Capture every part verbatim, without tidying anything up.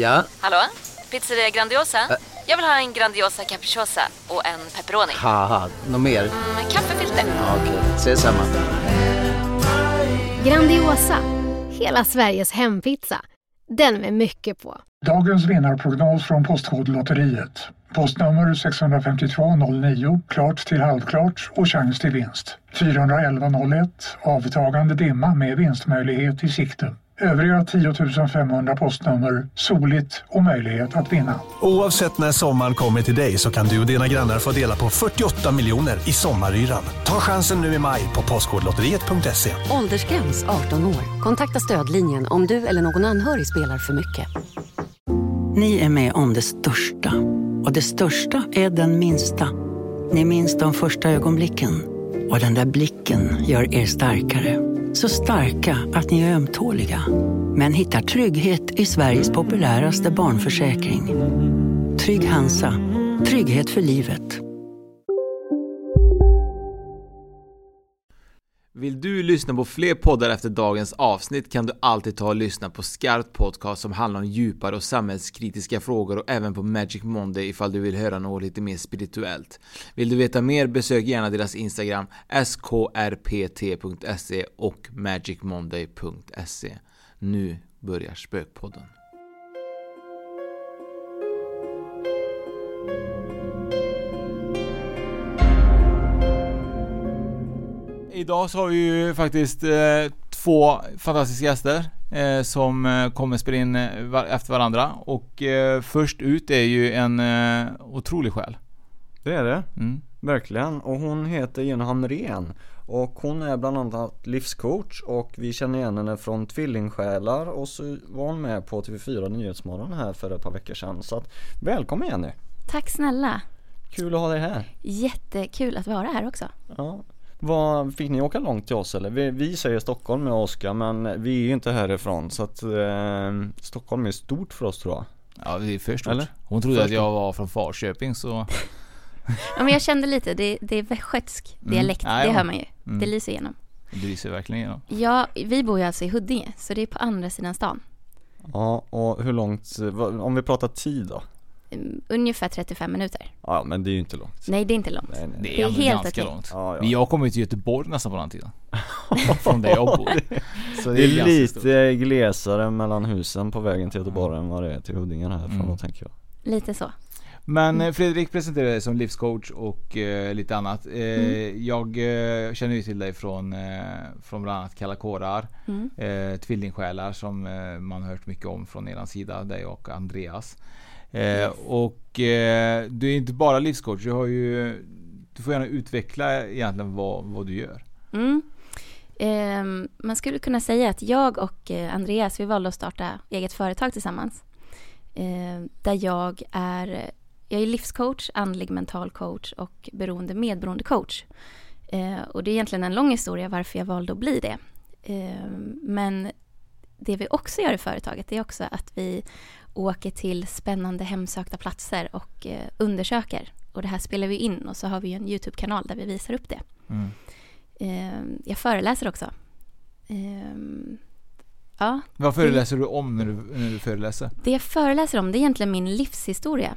Ja? Hallå? Pizzeria Grandiosa? Ä- Jag vill ha en Grandiosa capriciosa och en pepperoni. Haha, något mer? Mm, kaffefilter. Ja, okej, okay. Ses samma. Grandiosa, hela Sveriges hempizza. Den med mycket på. Dagens vinnarprognos från Postkodlotteriet. Postnummer sex fem två noll nio, klart till halvklart och chans till vinst. fyra ett ett noll ett, avtagande dimma med vinstmöjlighet i sikte. Övriga tio tusen femhundra postnummer, soligt och möjlighet att vinna. Oavsett när sommaren kommer till dig så kan du och dina grannar få dela på fyrtioåtta miljoner i sommaryran. Ta chansen nu i maj på postkodlotteriet punkt se. Åldersgräns arton år. Kontakta stödlinjen om du eller någon anhörig spelar för mycket. Ni är med om det största. Och det största är den minsta. Ni minns de första ögonblicken. Och den där blicken gör er starkare. Så starka att ni är ömtåliga. Men hittar trygghet i Sveriges populäraste barnförsäkring. Trygg Hansa. Trygghet för livet. Vill du lyssna på fler poddar efter dagens avsnitt kan du alltid ta och lyssna på Skarpt Podcast som handlar om djupare och samhällskritiska frågor och även på Magic Monday ifall du vill höra något lite mer spirituellt. Vill du veta mer, besök gärna deras Instagram s k r p t punkt se och magic monday punkt se. Nu börjar Spökpodden. Idag så har vi ju faktiskt eh, två fantastiska gäster eh, som eh, kommer spela in eh, var- efter varandra. Och eh, först ut är ju en eh, otrolig själ. Det är det, Mm. verkligen. Och hon heter Jenny Hamrén. Och hon är bland annat livscoach. Och vi känner igen henne från Tvillingsjälar. Och så var hon med på T V fyra Nyhetsmorgon här för ett par veckor sedan. Så att, välkommen Jenny. Tack snälla. Kul att ha dig här. Jättekul att vara här också. Ja. Vad, fick ni åka långt till oss eller? Vi, vi säger Stockholm med Oskar, men vi är ju inte härifrån. Så att eh, Stockholm är stort för oss tror jag. Ja, det är för stort. Eller? Hon trodde För att jag var från Falköping så... Ja, men jag kände lite, det, det är västgötsk dialekt, Mm. Ja, det ja. hör man ju. Mm. Det lyser igenom. Det lyser verkligen igenom. Ja, vi bor ju alltså i Huddinge, så det är på andra sidan stan. Ja, och hur långt, om vi pratar tid då? Um, ungefär trettiofem minuter. Ja, men det är ju inte långt. Nej, det är inte långt. Nej, nej. Det är, Det är ändå helt ganska okej. långt. Ja, ja. Men jag kommer ju till Göteborg nästan på den tiden. Från där jag bor. Så Det är ganska lite stort. glesare mellan husen på vägen till Göteborg än vad det är till Huddinge härifrån, Mm. tänker jag. Lite så. Men eh, Fredrik presenterar dig som livscoach och eh, lite annat. Eh, Mm. Jag eh, känner ju till dig från, eh, från bland annat Kalla kårar, Mm. eh, Tvillingsjälar som eh, man har hört mycket om från er sida, dig och Andreas. Eh, Yes. Och eh, du är inte bara livscoach, du har ju, du får gärna utveckla egentligen vad, vad du gör. Mm. Ehm, man skulle kunna säga att jag och eh, Andreas, vi valde att starta eget företag tillsammans. Ehm, där jag är, jag är livscoach, andlig mental coach och beroende medberoende coach. Ehm, och det är egentligen en lång historia varför jag valde att bli det. Ehm, men det vi också gör i företaget är också att vi åker till spännande hemsökta platser och eh, undersöker. Och det här spelar vi in och så har vi ju en YouTube-kanal där vi visar upp det. Mm. Eh, jag föreläser också. Eh, ja, Vad föreläser du om när du, när du föreläser? det jag föreläser om det är egentligen min livshistoria.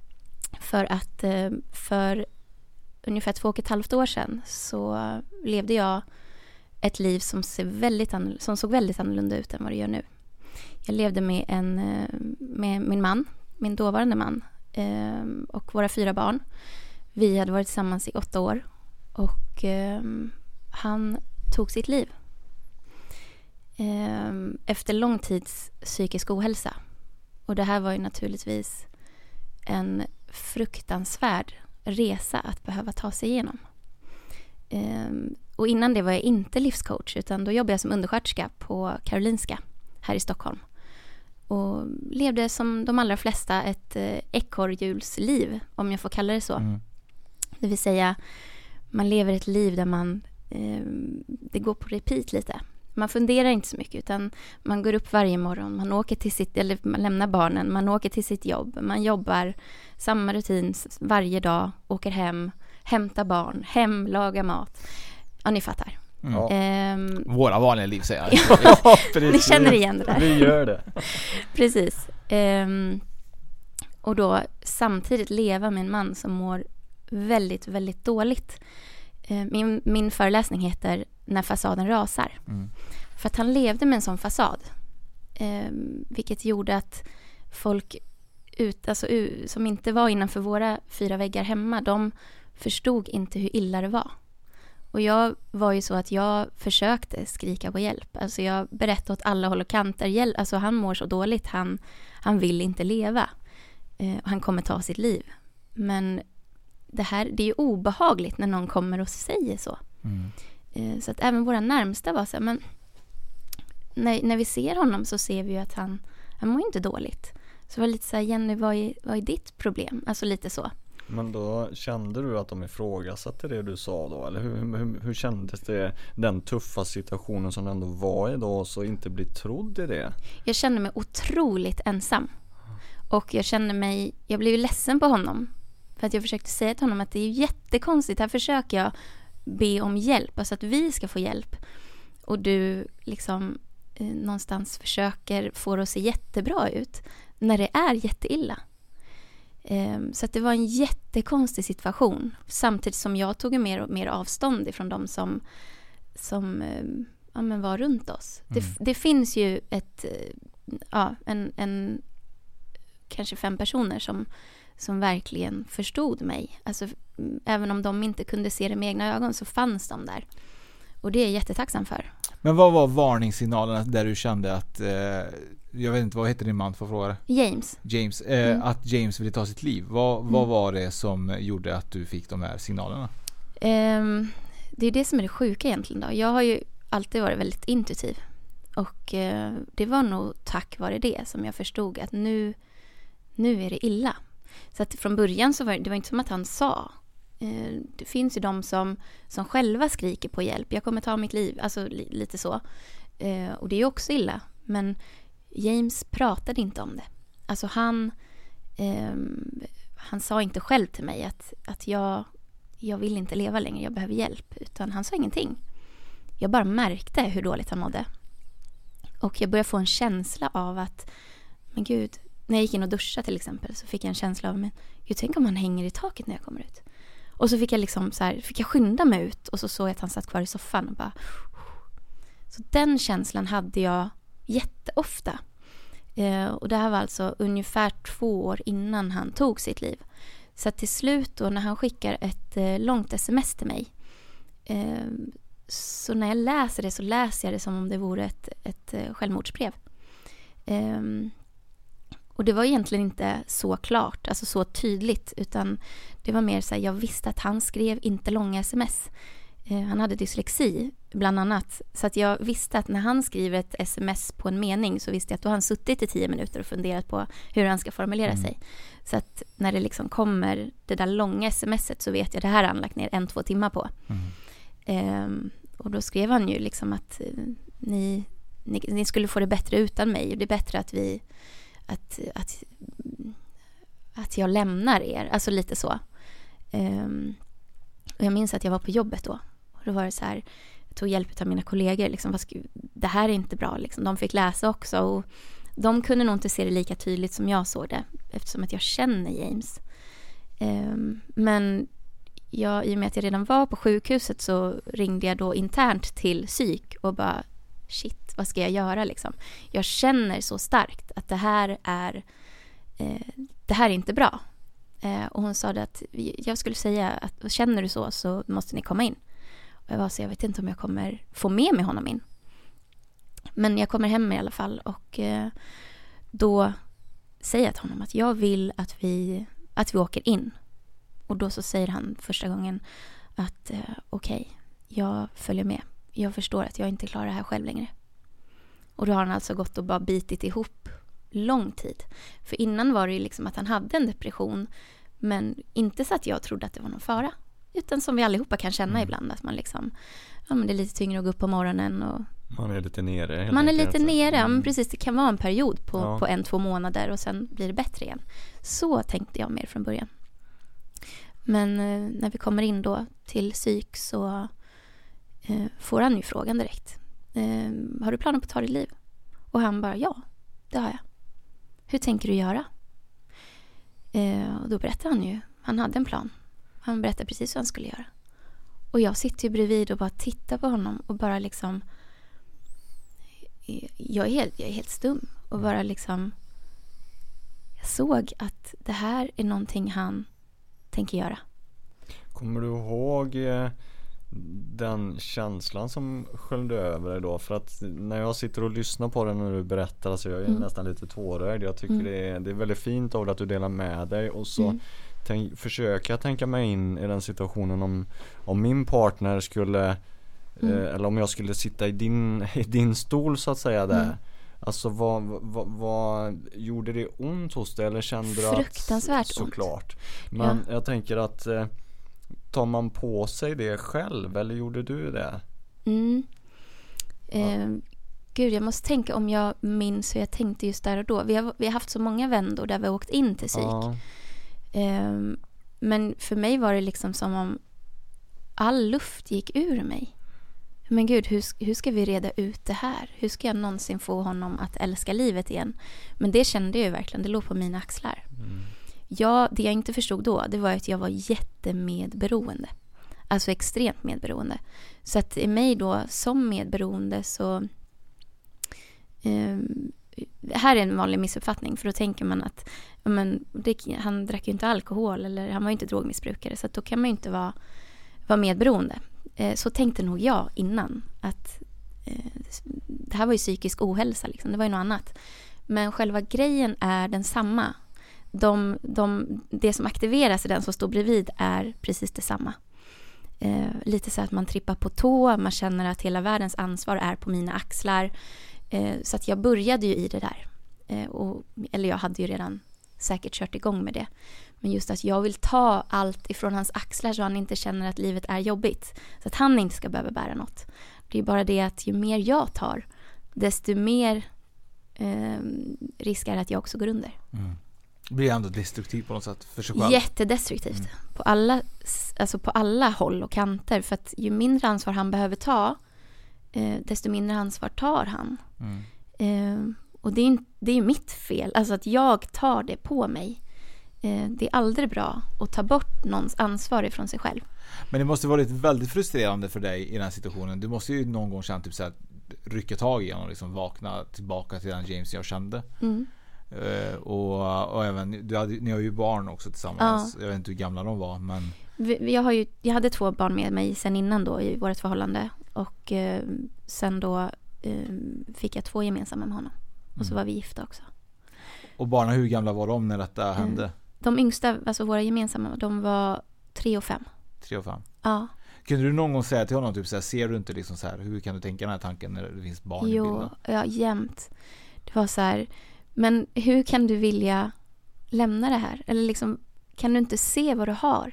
För att eh, för ungefär två och ett halvt år sedan så levde jag ett liv som, ser väldigt annorl- som såg väldigt annorlunda ut än vad det gör nu. Jag levde med, en, eh, med min man, min dåvarande man eh, och våra fyra barn. Vi hade varit tillsammans i åtta år och eh, han tog sitt liv. Eh, efter lång tids psykisk ohälsa. Och det här var ju naturligtvis en fruktansvärd resa att behöva ta sig igenom. Eh, och innan det var jag inte livscoach utan då jobbade jag som undersköterska på Karolinska här i Stockholm. Och levde som de allra flesta ett eh, ekorrhjulsliv, om jag får kalla det så. Mm. Det vill säga, man lever ett liv där man eh, det går på repeat lite. Man funderar inte så mycket utan man går upp varje morgon, man åker till sitt, eller man lämnar barnen, man åker till sitt jobb, man jobbar samma rutin varje dag, åker hem, hämtar barn, hem, lagar mat. Ja, ni fattar. Mm. Ehm, Våra vanliga liv säger jag. Ja, ni känner igen det där. Vi gör det. Precis. Ehm, och då samtidigt leva med en man som mår väldigt, väldigt dåligt. Ehm, min, min föreläsning heter När fasaden rasar. Mm. För att han levde med en sån fasad. Ehm, vilket gjorde att folk ut, alltså, som inte var innanför våra fyra väggar hemma, de förstod inte hur illa det var. Och jag var ju så att jag försökte skrika på hjälp. Alltså jag berättade åt alla håll och kanter. Alltså han mår så dåligt, han, han vill inte leva. Eh, och han kommer ta sitt liv. Men det här, det är ju obehagligt när någon kommer och säger så. Mm. Eh, så att även våra närmsta var så här, men när, när vi ser honom så ser vi ju att han, han mår inte dåligt. Så var det lite så här, Jenny, vad är, vad är ditt problem? Alltså lite så. Men då kände du att de ifrågasatte det du sa då? Eller hur, hur, hur kändes det, den tuffa situationen som ändå var i då, så inte bli trodd i det? Jag kände mig otroligt ensam. Och jag kände mig, jag blev ledsen på honom. För att jag försökte säga till honom att det är jättekonstigt. Här försöker jag be om hjälp, alltså att vi ska få hjälp. Och du liksom eh, någonstans försöker få det att se jättebra ut när det är jätteilla. Så att det var en jättekonstig situation. Samtidigt som jag tog mer och mer avstånd ifrån de som, som ja, men var runt oss. Mm. Det, det finns ju ett, ja, en, en, kanske fem personer som, som verkligen förstod mig. Alltså, även om de inte kunde se det med egna ögon så fanns de där. Och det är jag jättetacksam för. Men vad var varningssignalerna där du kände att eh, jag vet inte, vad heter din man för fråga? James. James, eh, mm. Att James ville ta sitt liv. Vad, mm. vad var det som gjorde att du fick de här signalerna? Um, det är det som är det sjuka egentligen då. Jag har ju alltid varit väldigt intuitiv. Och uh, det var nog tack vare det som jag förstod att nu, nu är det illa. Så att från början så var det, det var inte som att han sa. Uh, det finns ju de som, som själva skriker på hjälp. Jag kommer ta mitt liv. Alltså li, lite så. Uh, och det är ju också illa. Men James pratade inte om det. Alltså han eh, han sa inte själv till mig att, att jag, jag vill inte leva längre, jag behöver hjälp. Utan han sa ingenting. Jag bara märkte hur dåligt han mådde. Och jag började få en känsla av att, men gud, när jag gick in och duschade till exempel så fick jag en känsla av, men gud, tänk om han hänger i taket när jag kommer ut. Och så fick jag liksom så här, fick jag skynda mig ut och så såg jag att han satt kvar i soffan och bara. Så den känslan hade jag jätteofta. Eh, och det här var alltså ungefär två år innan han tog sitt liv. Så att till slut då när han skickar ett eh, långt sms till mig. Eh, så när jag läser det så läser jag det som om det vore ett, ett eh, självmordsbrev. Eh, och det var egentligen inte så klart, alltså så tydligt. Utan det var mer så här, jag visste att han skrev inte långa sms. Han hade dyslexi bland annat. Så att jag visste att när han skriver ett sms på en mening så visste jag att då har han suttit i tio minuter och funderat på hur han ska formulera mm. sig. Så att när det liksom kommer det där långa smset så vet jag att det här har han lagt ner en, två timmar på. Mm. Ehm, och då skrev han ju liksom att ni, ni, ni skulle få det bättre utan mig. Det är bättre att vi att, att, att jag lämnar er. Alltså lite så. Ehm, och jag minns att jag var på jobbet då. Då var det så här, jag tog hjälp av mina kollegor. Liksom, vad ska, det här är inte bra. Liksom. De fick läsa också. Och de kunde nog inte se det lika tydligt som jag såg det. Eftersom att jag känner James. Um, men jag, i och med att jag redan var på sjukhuset så ringde jag då internt till psyk. Och bara, shit, vad ska jag göra? Liksom? Jag känner så starkt att det här är, eh, det här är inte bra. Eh, och hon sa det att jag skulle säga att känner du så så måste ni komma in. Och jag var så jag vet inte om jag kommer få med mig honom in. Men jag kommer hem i alla fall och eh, då säger jag till honom att jag vill att vi, att vi åker in. Och då så säger han första gången att eh, okej, okay, jag följer med. Jag förstår att jag inte klarar det här själv längre. Och då har han alltså gått och bara bitit ihop lång tid. För innan var det ju liksom att han hade en depression, men inte så att jag trodde att det var någon fara. Utan som vi allihopa kan känna mm. ibland att man liksom, ja men det är lite tyngre att gå upp på morgonen och man är lite nere. Man är lite nere, mm. men precis, det kan vara en period på, ja. på en, två månader och sen blir det bättre igen. Så tänkte jag mer från början. Men eh, när vi kommer in då till psyk så eh, får han ju frågan direkt. Eh, har du planer på att ta ditt liv? Och han bara, ja, det har jag. Hur tänker du göra? Eh, och då berättade han ju, han hade en plan. Han berättade precis vad han skulle göra. Och jag sitter ju bredvid och bara tittar på honom och bara liksom, jag är helt, jag är helt stum och bara liksom, jag såg att det här är någonting han tänker göra. Kommer du ihåg eh, den känslan som sköljde över dig då? För att när jag sitter och lyssnar på det när du berättar, alltså jag är mm. nästan lite tårögd. Jag tycker mm. det, är, det är väldigt fint av att du delar med dig. Och så mm. tänk, försöker jag tänka mig in i den situationen om, om min partner skulle mm. eh, eller om jag skulle sitta i din, i din stol så att säga där. Mm. Alltså vad, vad, vad gjorde det ont hos dig? Eller kände du att, fruktansvärt såklart. Men ja. jag tänker att eh, tar man på sig det själv eller gjorde du det? Mm. Eh, gud, jag måste tänka om jag minns hur jag tänkte just där och då. Vi har, vi har haft så många vändor där vi har åkt in till psyk. Ja. Eh, men för mig var det liksom som om all luft gick ur mig. Men gud, hur, hur ska vi reda ut det här? Hur ska jag någonsin få honom att älska livet igen? Men det kände jag ju verkligen, det låg på mina axlar. Mm. Ja, det jag inte förstod då, det var att jag var jättemedberoende. Alltså extremt medberoende. Så att i mig då, som medberoende så... Eh, här är en vanlig missuppfattning, för då tänker man att men, det, han drack ju inte alkohol eller han var ju inte drogmissbrukare, så att då kan man ju inte vara, vara medberoende. Eh, så tänkte nog jag innan, att eh, det här var ju psykisk ohälsa, liksom. Det var ju något annat. Men själva grejen är densamma. De, de, det som aktiveras i den som står bredvid är precis detsamma. Eh, lite så att man trippar på tå, man känner att hela världens ansvar är på mina axlar. Eh, så att jag började ju i det där. Eh, och, eller jag hade ju redan säkert kört igång med det. Men just att jag vill ta allt ifrån hans axlar så han inte känner att livet är jobbigt. Så att han inte ska behöva bära något. Det är bara det att ju mer jag tar, desto mer eh, risk är att jag också går under. Mm. Det blir ändå destruktivt på något sätt för sig själv. Jättedestruktivt. Mm. På alla, alltså på alla håll och kanter. För att ju mindre ansvar han behöver ta, eh, desto mindre ansvar tar han. Mm. Eh, och det är, det är mitt fel. Alltså att jag tar det på mig. Eh, det är aldrig bra att ta bort någons ansvar ifrån sig själv. Men det måste varit väldigt frustrerande för dig i den här situationen. Du måste ju någon gång känna typ så här, rycka tag i honom och liksom vakna tillbaka till den James jag kände. Mm. Uh, och, och även du hade, ni har ju barn också tillsammans. Ja. Jag vet inte hur gamla de var, men Vi, jag, har ju, jag hade två barn med mig sen innan då i vårt förhållande. Och uh, sen då uh, fick jag två gemensamma med honom. Och mm. så var vi gifta också. Och barnen, hur gamla var de när detta uh, hände? De yngsta, alltså våra gemensamma, de var tre och fem. Tre och fem? Ja. Kunde du någon gång säga till honom typ så här, ser du inte liksom så här, hur kan du tänka den här tanken när det finns barn jo, i bilden? Ja, jämt. Det var så här, men hur kan du vilja lämna det här? Eller liksom, kan du inte se vad du har?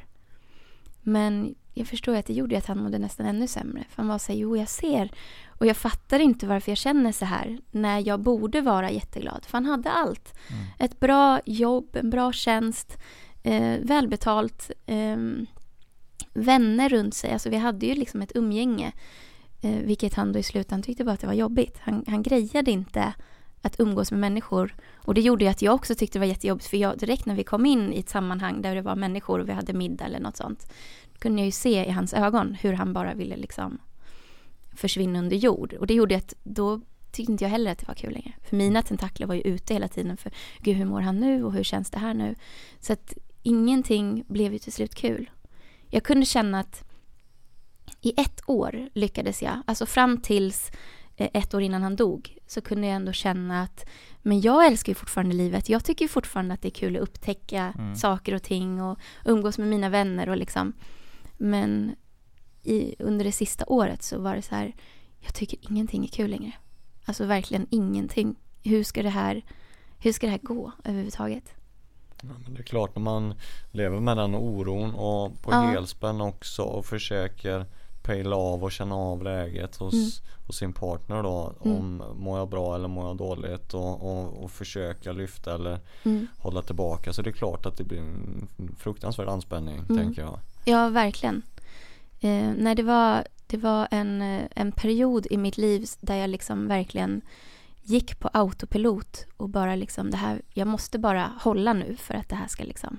Men jag förstår att det gjorde att han mådde nästan ännu sämre. För han var så här, jo jag ser. Och jag fattar inte varför jag känner så här. När jag borde vara jätteglad. För han hade allt. Mm. Ett bra jobb, en bra tjänst. Eh, välbetalt. Eh, vänner runt sig. Alltså vi hade ju liksom ett umgänge. Eh, vilket han då i slutändan tyckte bara att det var jobbigt. Han, han grejade inte att umgås med människor. Och det gjorde ju att jag också tyckte det var jättejobbigt. För jag, direkt när vi kom in i ett sammanhang där det var människor och vi hade middag eller något sånt, kunde jag ju se i hans ögon hur han bara ville liksom försvinna under jord. Och det gjorde att då tyckte inte jag heller att det var kul längre. För mina tentakler var ju ute hela tiden för gud, hur mår han nu och hur känns det här nu? Så att ingenting blev ju till slut kul. Jag kunde känna att i ett år lyckades jag, alltså fram tills ett år innan han dog, så kunde jag ändå känna att men jag älskar ju fortfarande livet. Jag tycker ju fortfarande att det är kul att upptäcka mm. saker och ting och umgås med mina vänner och liksom. Men i, under det sista året så var det så här, jag tycker ingenting är kul längre. Alltså verkligen ingenting. Hur ska det här, hur ska det här gå överhuvudtaget? Ja, men det är klart, när man lever med den oron och på ja. helspänn också och försöker pejla av och känna av läget hos, mm. hos sin partner då, mm. om mår jag bra eller mår jag dåligt och, och, och försöka lyfta eller mm. hålla tillbaka, så det är klart att det blir en fruktansvärd anspänning, mm. tänker jag. Ja, verkligen. Eh, när det var Det var en, en period i mitt liv där jag liksom verkligen gick på autopilot och bara liksom det här, jag måste bara hålla nu för att det här ska liksom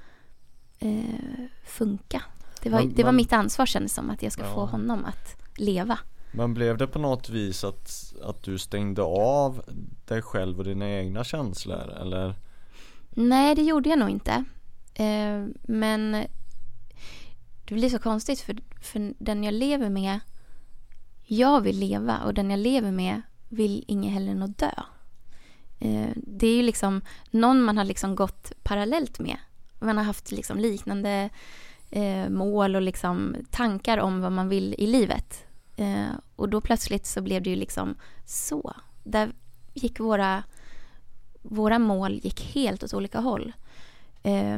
eh, funka. Det var, men, det var men, mitt ansvar, kändes som att jag ska ja. få honom att leva. Men blev det på något vis att, att du stängde av dig själv och dina egna känslor, eller? Nej, det gjorde jag nog inte. Eh, men det blir så konstigt för, för den jag lever med, jag vill leva, och den jag lever med vill ingen heller nå dö. Eh, det är ju liksom någon man har liksom gått parallellt med. Man har haft liksom liknande eh, mål och liksom tankar om vad man vill i livet. Eh, och då plötsligt så blev det ju liksom så. Där gick våra våra mål gick helt åt olika håll. Eh,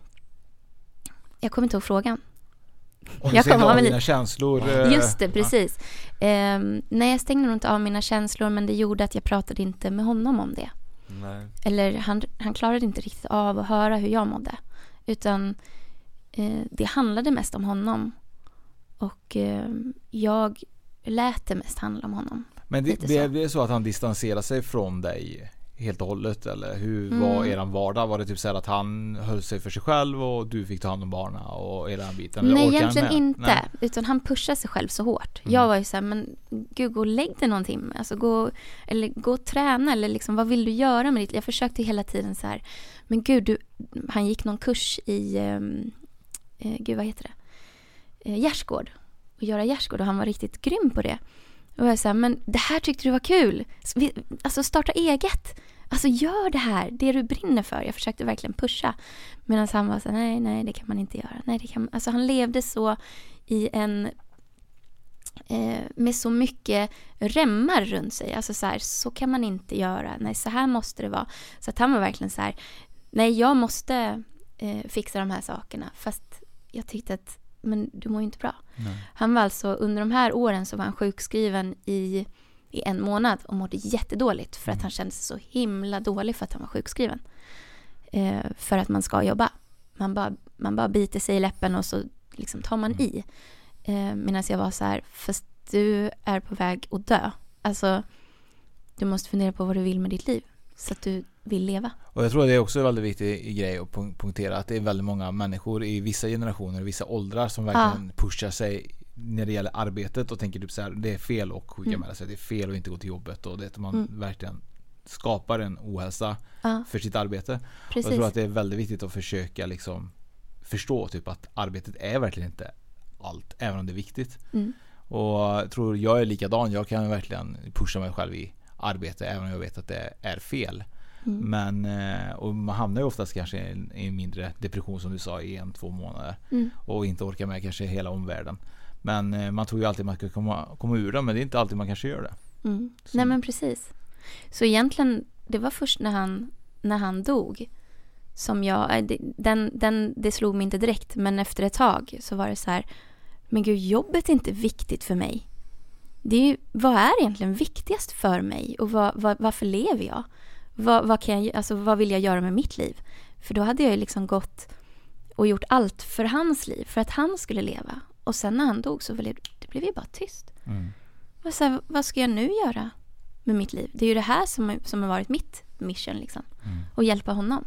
jag kommer inte ihåg frågan. Om jag kommer av dina lite... känslor. Just det, precis. Ja. Eh, nej, jag stängde nog inte av mina känslor, men det gjorde att jag pratade inte med honom om det. Nej. Eller han, han klarade inte riktigt av att höra hur jag mådde. Utan eh, det handlade mest om honom. Och eh, jag lät det mest handla om honom. Men det, blev det så att han distanserade sig från dig helt och hållet, eller hur Mm. var eran vardag? Var det typ så här att han höll sig för sig själv och du fick ta hand om barnen och eran biten? Eller Nej, orkar han egentligen med? inte. Nej. Utan han pushade sig själv så hårt. Mm. Jag var ju så här, men gud, gå och lägg dig någon timme. Alltså gå, eller gå och träna, eller liksom, vad vill du göra med ditt? Jag försökte hela tiden så här, men gud, du, han gick någon kurs i, um, eh, gud vad heter det? Eh, gärdsgård. Och göra gärdsgård, och han var riktigt grym på det. Och jag sa, men det här tyckte du var kul. Vi, alltså starta eget. Alltså gör det här, det du brinner för. Jag försökte verkligen pusha. Medan han var så, nej, nej, det kan man inte göra. Nej, det kan, alltså han levde så i en, eh, med så mycket remmar runt sig. Alltså så här, så kan man inte göra. Nej, så här måste det vara. Så att han var verkligen så här, nej, jag måste eh, fixa de här sakerna. Fast jag tyckte att, men du mår ju inte bra. Nej. Han var alltså, under de här åren så var han sjukskriven i i en månad och mådde jättedåligt för att mm. han kände sig så himla dålig för att han var sjukskriven. Eh, för att man ska jobba. Man bara, man bara biter sig i läppen och så liksom tar man mm. i. Eh, medan jag var så här, fast du är på väg att dö. Alltså, du måste fundera på vad du vill med ditt liv. Så att du vill leva. Och jag tror att det är också en väldigt viktig grej att punktera, att det är väldigt många människor i vissa generationer, i vissa åldrar som verkligen ja. pushar sig när det gäller arbetet och tänker typ så här, det är fel att sjuka mm. med sig, det är fel att inte gå till jobbet, och det att man mm. verkligen skapar en ohälsa ja. för sitt arbete. Precis. Och jag tror att det är väldigt viktigt att försöka liksom förstå typ att arbetet är verkligen inte allt, även om det är viktigt. Mm. Och jag tror jag är likadan, jag kan verkligen pusha mig själv i arbete även om jag vet att det är fel. Mm. Men och man hamnar ju oftast kanske i en mindre depression som du sa i en, två månader mm. och inte orkar med kanske hela omvärlden. Men man tror ju alltid man ska komma, komma ur det, men det är inte alltid man kanske gör det. Mm. Nej, men precis. Så egentligen, det var först när han, när han dog som jag, den, den, det slog mig inte direkt, men efter ett tag så var det så här, men gud, jobbet är inte viktigt för mig. Det är ju, vad är egentligen viktigast för mig? Och vad, vad, varför lever jag? Vad, vad, kan jag, alltså, vad vill jag göra med mitt liv? För då hade jag ju liksom gått och gjort allt för hans liv, för att han skulle leva. Och sen när han dog så blev det blev ju bara tyst. Mm. Och så här, vad ska jag nu göra med mitt liv? Det är ju det här som, som har varit mitt mission liksom. Mm. Och hjälpa honom.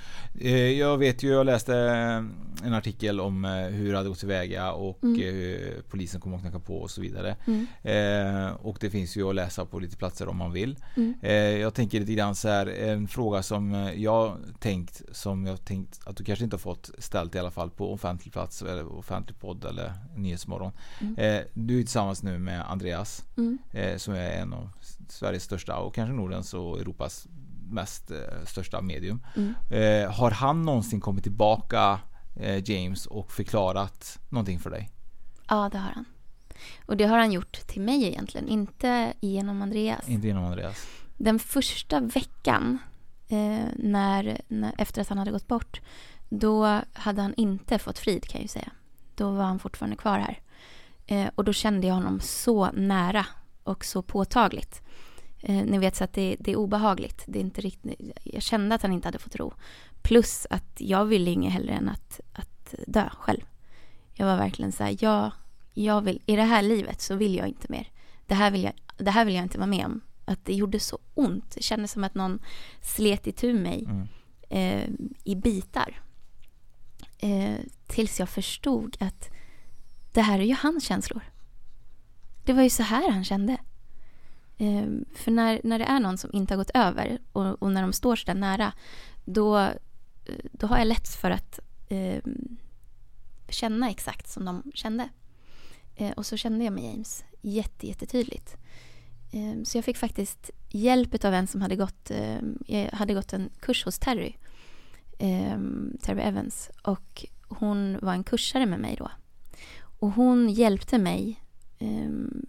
Jag vet ju, jag läste en artikel om hur det hade gått tillväga och mm. polisen kom att knacka på och så vidare. Mm. Eh, och det finns ju att läsa på lite platser om man vill. Mm. Eh, jag tänker lite grann så här, en fråga som jag tänkt, som jag tänkt att du kanske inte har fått ställt i alla fall på offentlig plats eller offentlig podd eller Nyhetsmorgon. Mm. Eh, du är tillsammans nu med Andreas mm. eh, som är en av Sveriges största och kanske Nordens och Europas mest eh, största medium. Mm. Eh, har han någonsin kommit tillbaka, eh, James, och förklarat någonting för dig? Ja, det har han. Och det har han gjort till mig egentligen, inte genom Andreas. Inte genom Andreas. Den första veckan eh, när, när, efter att han hade gått bort, då hade han inte fått frid, kan jag ju säga. Då var han fortfarande kvar här. Eh, och då kände jag honom så nära och så påtagligt. Eh, ni vet så att det, det är obehagligt. Det är inte riktigt, jag kände att han inte hade fått ro. Plus att jag ville inget hellre än att, att dö själv. Jag var verkligen så här, jag, jag vill, i det här livet så vill jag inte mer. Det här vill jag, det här vill jag inte vara med om. Att det gjorde så ont. Det kändes som att någon slet itu mig mm. eh, i bitar. Eh, tills jag förstod att det här är ju hans känslor. Det var ju så här han kände. Eh, för när, när det är någon som inte har gått över och, och när de står så där nära, då, då har jag lätt för att eh, känna exakt som de kände. Eh, och så kände jag med James jätte, jättetydligt. Eh, så jag fick faktiskt hjälp av en som hade gått, eh, jag hade gått en kurs hos Terry. Eh, Terry Evans. Och hon var en kursare med mig då. Och hon hjälpte mig. Eh,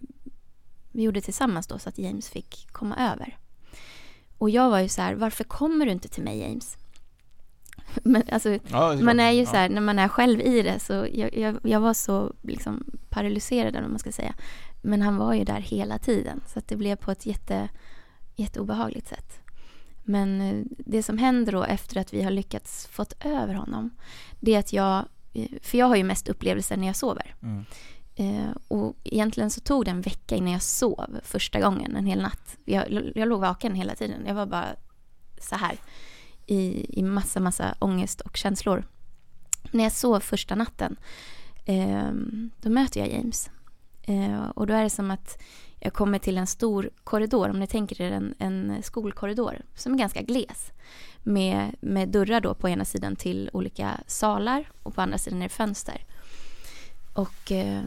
vi gjorde tillsammans då så att James fick komma över. Och jag var ju så här, varför kommer du inte till mig, James? Men alltså, ja, man är ju ja. så här, när man är själv i det, så jag, jag, jag var så liksom paralyserad, om man ska säga. Men han var ju där hela tiden, så att det blev på ett jätte, jätteobehagligt sätt. Men det som händer då efter att vi har lyckats fått över honom, det är att jag, för jag har ju mest upplevelser när jag sover. Mm. Eh, och egentligen så tog det en vecka innan jag sov första gången, en hel natt. Jag, jag låg vaken hela tiden. Jag var bara så här i, i massa, massa ångest och känslor. När jag sov första natten, eh, då möter jag James. Eh, och då är det som att jag kommer till en stor korridor, om ni tänker er en, en skolkorridor som är ganska gles. Med, med dörrar då på ena sidan till olika salar och på andra sidan är det fönster. Och eh,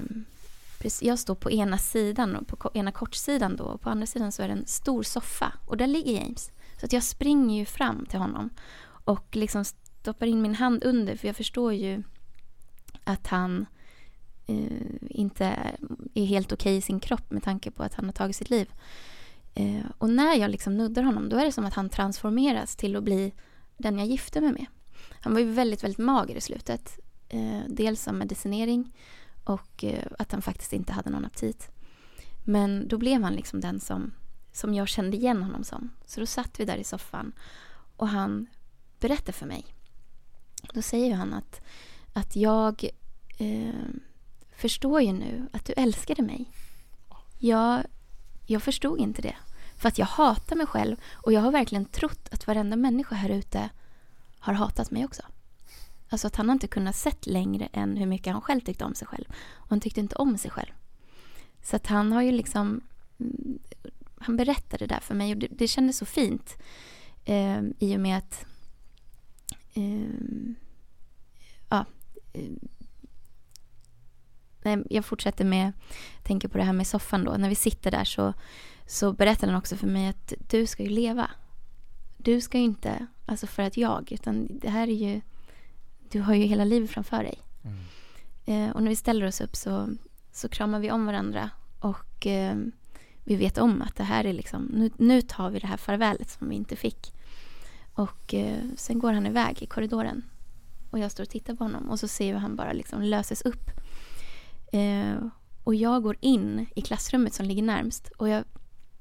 jag står på ena sidan och på ena kortsidan då, och på andra sidan så är det en stor soffa och där ligger James. Så att jag springer ju fram till honom och liksom stoppar in min hand under, för jag förstår ju att han eh, inte är helt okej i sin kropp med tanke på att han har tagit sitt liv. Eh, och när jag liksom nuddar honom, då är det som att han transformeras till att bli den jag gifte mig med. Han var ju väldigt, väldigt mager i slutet. Eh, dels av medicinering och eh, att han faktiskt inte hade någon aptit. Men då blev han liksom den som, som jag kände igen honom som. Så då satt vi där i soffan och han berättade för mig. Då säger han att, att jag eh, förstår ju nu att du älskade mig. Jag, jag förstod inte det. För att jag hatar mig själv och jag har verkligen trott att varenda människa här ute har hatat mig också. Alltså att han har inte kunnat sett längre än hur mycket han själv tyckte om sig själv. Och han tyckte inte om sig själv. Så att han har ju liksom, han berättade det där för mig och det, det kändes så fint. Eh, I och med att eh, ja eh, nej, jag fortsätter med, tänker på det här med soffan då. När vi sitter där så, så berättade han också för mig att du ska ju leva. Du ska ju inte, alltså för att jag, utan det här är ju, du har ju hela livet framför dig. Mm. Eh, och när vi ställer oss upp så, så kramar vi om varandra. Och eh, vi vet om att det här är liksom, nu, nu tar vi det här farvälet som vi inte fick. Och eh, sen går han iväg i korridoren. Och jag står och tittar på honom. Och så ser vi han bara liksom löses upp. Eh, och jag går in i klassrummet som ligger närmst. Och jag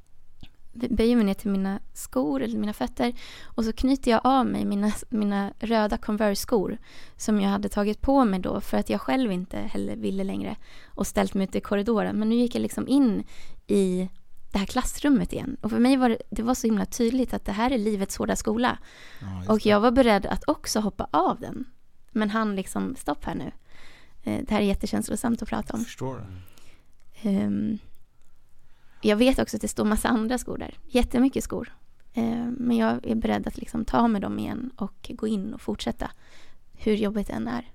böjer mig ner till mina skor eller mina fötter och så knyter jag av mig mina, mina röda Converse-skor som jag hade tagit på mig då för att jag själv inte heller ville längre och ställt mig ute i korridoren. Men nu gick jag liksom in i det här klassrummet igen och för mig var det, det var så himla tydligt att det här är livets hårda skola. Ja, och jag var beredd att också hoppa av den. Men han liksom, stopp här nu. Det här är jättekänslosamt att prata om. Jag förstår det. Um, Jag vet också att det står massa andra skor där. Jättemycket skor. Eh, men jag är beredd att liksom ta med dem igen och gå in och fortsätta. Hur jobbigt det än är.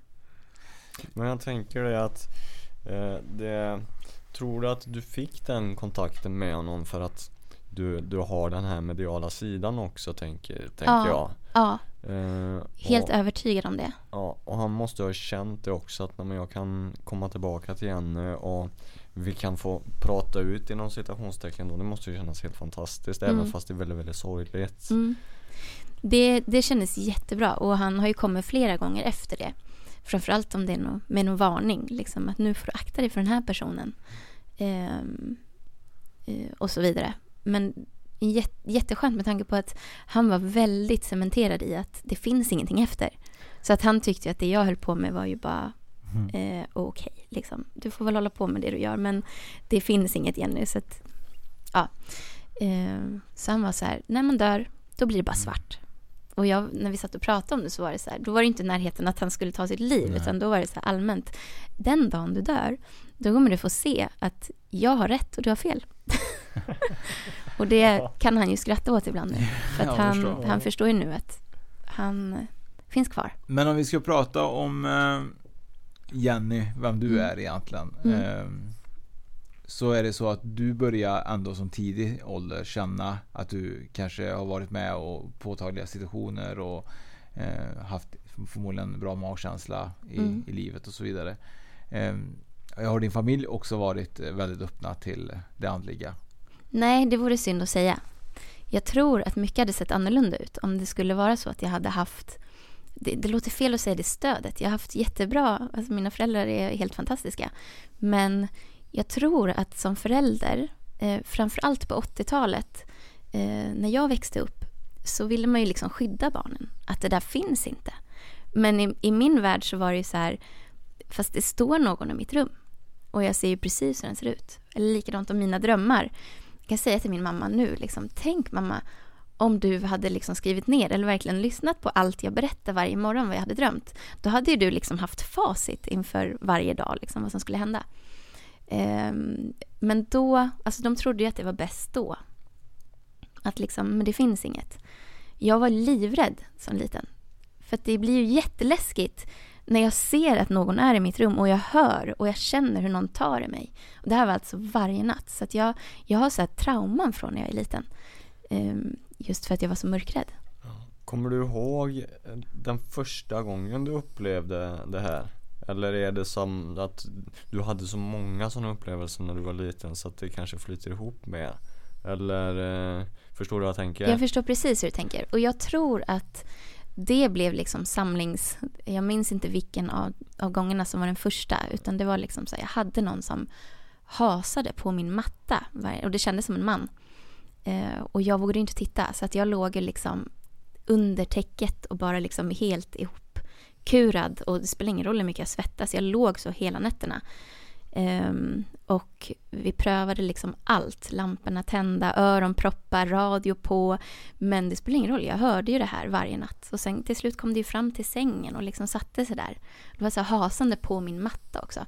Men jag tänker det att eh, det, tror du att du fick den kontakten med honom för att du, du har den här mediala sidan också, tänker, tänker ja, jag. Ja, eh, helt och, övertygad om det. Ja, och han måste ha känt det också att när jag kan komma tillbaka till henne och vi kan få prata ut inom citationstecken då. Det måste ju kännas helt fantastiskt. Mm. Även fast det är väldigt, väldigt sorgligt. Mm. Det, det kändes jättebra. Och han har ju kommit flera gånger efter det. Framförallt om det är no, med någon varning. Liksom, att nu får du akta dig för den här personen. Ehm, eh, och så vidare. Men jät, jätteskönt med tanke på att han var väldigt cementerad i att det finns ingenting efter. Så att han tyckte att det jag höll på med var ju bara mm. eh, okej. Okay, liksom. Du får väl hålla på med det du gör, men det finns inget Jenny. Så att, ja. Eh, så han var så här, när man dör, då blir det bara svart. Och jag, när vi satt och pratade om det så var det så här, då var det inte närheten att han skulle ta sitt liv, Nej. utan då var det så här allmänt, den dagen du dör, då kommer du få se att jag har rätt och du har fel. Och det kan han ju skratta åt ibland nu, för att han, förstår. han förstår ju nu att han finns kvar. Men om vi ska prata om eh, Jenny, vem du mm. är egentligen, mm. eh, så är det så att du börjar ändå som tidig ålder känna att du kanske har varit med och påtagliga situationer och eh, haft förmodligen bra magkänsla i, mm. i livet och så vidare. Eh, har din familj också varit väldigt öppna till det andliga? Nej, det vore synd att säga. Jag tror att mycket hade sett annorlunda ut om det skulle vara så att jag hade haft, det, det låter fel att säga det stödet, jag har haft jättebra, alltså mina föräldrar är helt fantastiska, men jag tror att som förälder, eh, framförallt på åttiotalet, eh, när jag växte upp, så ville man ju liksom skydda barnen. Att det där finns inte. Men i, i min värld så var det ju så här, fast det står någon i mitt rum. Och jag ser ju precis hur den ser ut. Eller likadant om mina drömmar. Jag kan säga till min mamma nu, liksom, tänk mamma, om du hade liksom skrivit ner eller verkligen lyssnat på allt jag berättade varje morgon vad jag hade drömt. Då hade ju du liksom haft facit inför varje dag, liksom, vad som skulle hända. Um, men då, alltså de trodde ju att det var bäst då. Att liksom, men det finns inget. Jag var livrädd som liten. För att det blir ju jätteläskigt när jag ser att någon är i mitt rum och jag hör och jag känner hur någon tar i mig. Och det här var alltså varje natt. Så att jag, jag har så här trauman från när jag är liten. Um, just för att jag var så mörkrädd. Kommer du ihåg den första gången du upplevde det här? Eller är det som att du hade så många sådana upplevelser när du var liten så att det kanske flyter ihop med? Eller eh, förstår du vad jag tänker? Jag förstår precis hur du tänker. Och jag tror att det blev liksom samlings... Jag minns inte vilken av, av gångerna som var den första. Utan det var liksom så här, jag hade någon som hasade på min matta. Och det kändes som en man. Eh, och jag vågade inte titta. Så att jag låg liksom under täcket och bara liksom helt ihop. Kurad, och det spelar ingen roll hur mycket jag svettas. Jag låg så hela nätterna. Um, och vi prövade liksom allt. Lamporna tända, öronproppar, radio på. Men det spelar ingen roll. Jag hörde ju det här varje natt. Och sen till slut kom det ju fram till sängen och liksom satte sig där. Det var så hasande på min matta också.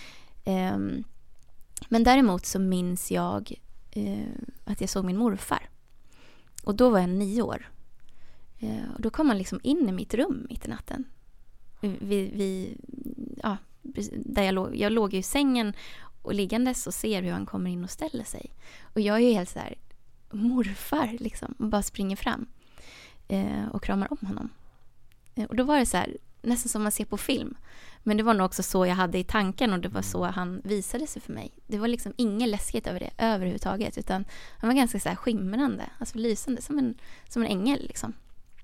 Um, men däremot så minns jag uh, att jag såg min morfar. Och då var jag nio år. Uh, och då kom han liksom in i mitt rum mitt i natten. Vi, vi, ja, där jag låg, jag låg i sängen och liggandes och ser hur han kommer in och ställer sig. Och jag är ju helt så här, morfar liksom, och bara springer fram eh, och kramar om honom. Eh, och då var det så här, nästan som man ser på film. Men det var nog också så jag hade i tanken och det var så han visade sig för mig. Det var liksom inget läskigt över det överhuvudtaget, utan han var ganska så här skimrande, alltså lysande, som en, som en ängel liksom.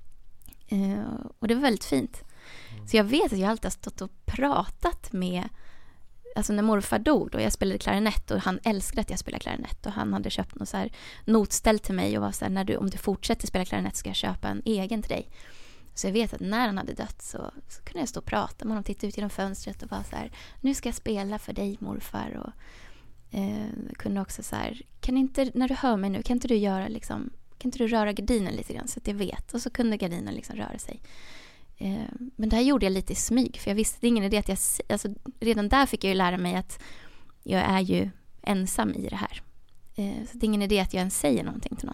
Eh, och det var väldigt fint. Så jag vet att jag alltid har stått och pratat med, alltså när morfar dog och jag spelade klarinett och han älskade att jag spelade klarinett och han hade köpt något så här notställ till mig och var så här, när du, om du fortsätter spela klarinett ska jag köpa en egen till dig. Så jag vet att när han hade dött så, så kunde jag stå och prata med honom, titta ut genom fönstret och vara så här, nu ska jag spela för dig morfar. Och eh, kunde också så här, kan inte, när du hör mig nu, kan inte du göra liksom, kan inte du röra gardinen lite grann så att jag vet. Och så kunde gardinen liksom röra sig. Men det här gjorde jag lite i smyg, för jag visste det är ingen idé att jag, alltså redan där fick jag ju lära mig att jag är ju ensam i det här. Så det är ingen idé att jag ens säger någonting till någon.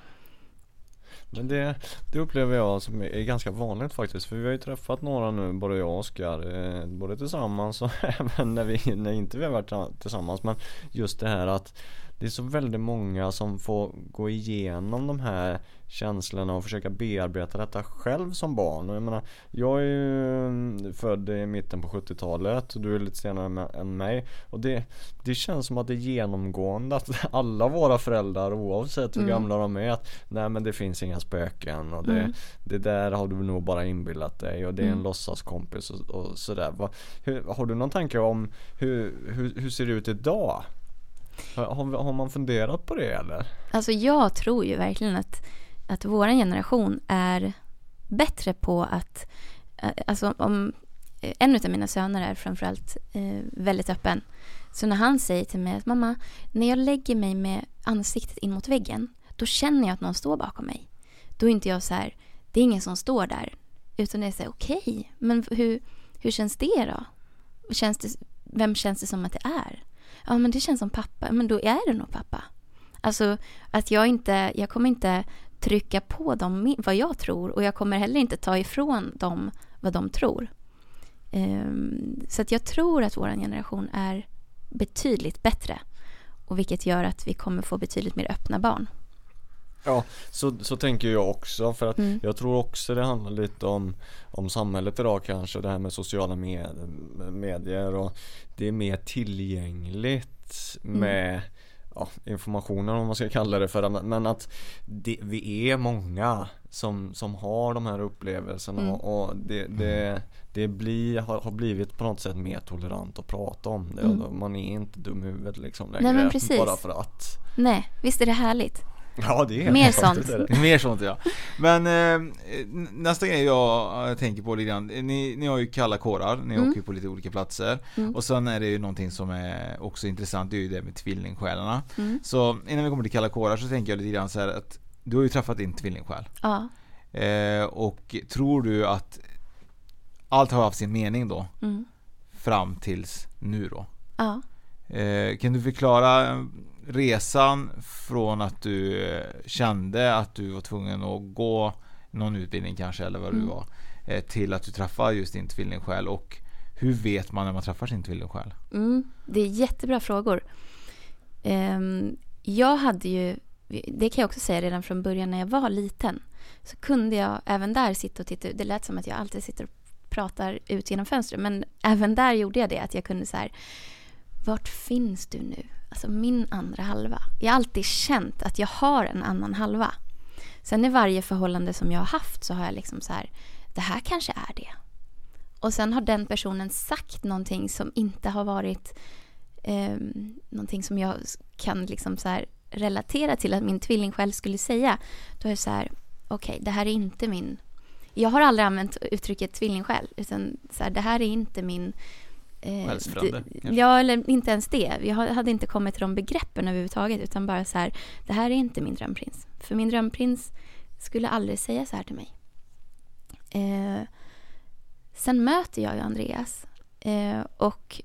Men det, det upplever jag som är ganska vanligt faktiskt, för vi har ju träffat några nu, både jag och Oskar, både tillsammans och även när vi när inte vi har varit tillsammans, men just det här att det är så väldigt många som får gå igenom de här känslorna och försöka bearbeta detta själv som barn. Och jag menar, jag är ju född i mitten på sjuttiotalet och du är lite senare än mig. Och det, det känns som att det är genomgående att alla våra föräldrar, oavsett hur mm. gamla de är, att nej men det finns inga spöken och det, mm. det där har du nog bara inbillat dig och det är en mm. låtsaskompis och, och sådär. Va, hur, har du någon tanke om hur, hur, hur ser det ut idag? Har, har man funderat på det eller? Alltså jag tror ju verkligen att, att vår generation är bättre på att, alltså om en av mina söner är framförallt eh, väldigt öppen. Så när han säger till mig att mamma, när jag lägger mig med ansiktet in mot väggen, då känner jag att någon står bakom mig. Då är inte jag så här, det är ingen som står där. Utan det är så här, okej, okay, men hur, hur känns det då? Känns det, vem känns det som att det är? Ja, men det känns som pappa. Men då är det nog pappa. Alltså att jag inte, jag kommer inte trycka på dem vad jag tror. Och jag kommer heller inte ta ifrån dem vad de tror. Um, så att jag tror att vår generation är betydligt bättre. Och vilket gör att vi kommer få betydligt mer öppna barn. Ja, så, så tänker jag också. För att Mm. jag tror också det handlar lite om, om samhället idag kanske. Det här med sociala med, medier. Och det är mer tillgängligt med Mm. ja, informationen, om man ska kalla det för det. Men att det, vi är många som, som har de här upplevelserna. Mm. Och det, det, det blir, har, har blivit på något sätt mer tolerant att prata om det. Mm. Och man är inte dum i huvudet liksom längre. Nej, men precis. Bara för att. Nej, visst är det härligt. Ja, det är mer sånt. sånt. Mer sånt, ja. Men eh, nästa grej jag, jag tänker på lite grann, ni, ni har ju kalla kårar, ni Mm. åker på lite olika platser. Mm. Och sen är det ju någonting som är också intressant, det är ju det med tvillingsjälarna. Mm. Så innan vi kommer till kalla kårar så tänker jag lite grann så här att du har ju träffat din tvillingsjäl. Ja. Eh, och tror du att allt har haft sin mening då? Mm. Fram tills nu då? Ja. Eh, kan du förklara resan från att du kände att du var tvungen att gå någon utbildning kanske eller vad Mm. du var eh, till att du träffade just din tvillingsjäl, och hur vet man när man träffar sin tvillingsjäl? Mm, det är jättebra frågor. Um, jag hade ju, det kan jag också säga redan från början när jag var liten, så kunde jag även där sitta och titta. Det lät som att jag alltid sitter och pratar ut genom fönstret, men även där gjorde jag det, att jag kunde så här, vart finns du nu? Alltså min andra halva. Jag har alltid känt att jag har en annan halva. Sen i varje förhållande som jag har haft så har jag liksom så här, det här kanske är det. Och sen har den personen sagt någonting som inte har varit eh, någonting som jag kan liksom så här relatera till att min tvillingsjäl skulle säga. Då är det så här, okej, okay, det här är inte min. Jag har aldrig använt uttrycket tvillingsjäl, utan så här, det här är inte min. Eh, Själsfrände, d- ja, eller inte ens det. Jag hade inte kommit till de begreppen överhuvudtaget, utan bara så här, det här är inte min drömprins. För min drömprins skulle aldrig säga så här till mig. Eh, sen möter jag ju Andreas eh, och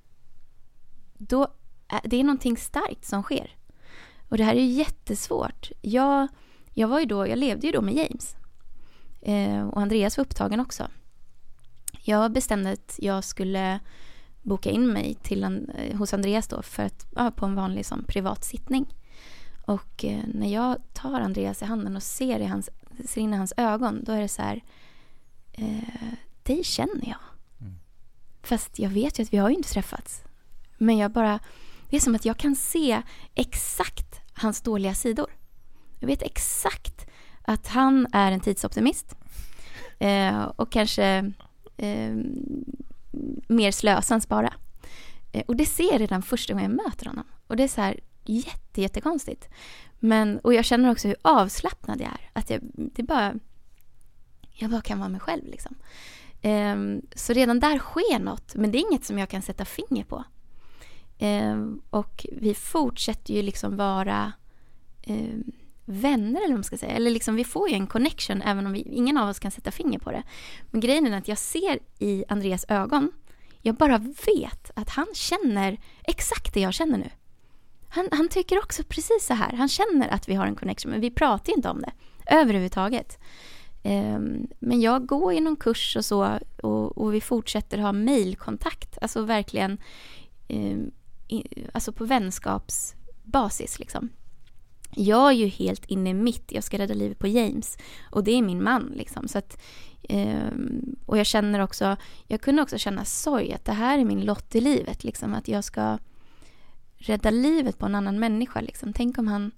då är det är någonting starkt som sker. Och det här är ju jättesvårt. Jag, jag var ju då, jag levde ju då med James. Eh, och Andreas var upptagen också. Jag bestämde att jag skulle boka in mig till en, hos Andreas då för att, ja, på en vanlig som privat sittning. Och eh, när jag tar Andreas i handen och ser, i hans, ser in i hans ögon, då är det så här, eh, dig känner jag. Mm. Fast jag vet ju att vi har ju inte träffats. Men jag bara, det är som att jag kan se exakt hans dåliga sidor. Jag vet exakt att han är en tidsoptimist. Eh, och kanske eh, mer slösa än spara. Eh, och det ser jag redan första gången jag möter honom. Och det är så här jätte, jättekonstigt. Men, och jag känner också hur avslappnad jag är. Att jag, det bara, jag bara kan vara mig själv liksom. Eh, så redan där sker något. Men det är inget som jag kan sätta finger på. Eh, och vi fortsätter ju liksom vara eh, vänner, eller vad man ska säga. Eller liksom vi får ju en connection även om vi, ingen av oss kan sätta finger på det. Men grejen är att jag ser i Andreas ögon, jag bara vet att han känner exakt det jag känner nu. Han, han tycker också precis så här. Han känner att vi har en connection, men vi pratar inte om det överhuvudtaget. Eh, men jag går i någon kurs och så, och, och vi fortsätter ha mejlkontakt. Alltså verkligen eh, i, alltså på vänskapsbasis liksom. Jag är ju helt inne i mitt, jag ska rädda livet på James, och det är min man liksom. Så att, eh, och jag känner också, jag kunde också känna sorg att det här är min lott i livet liksom, att jag ska rädda livet på en annan människa liksom. Tänk om han.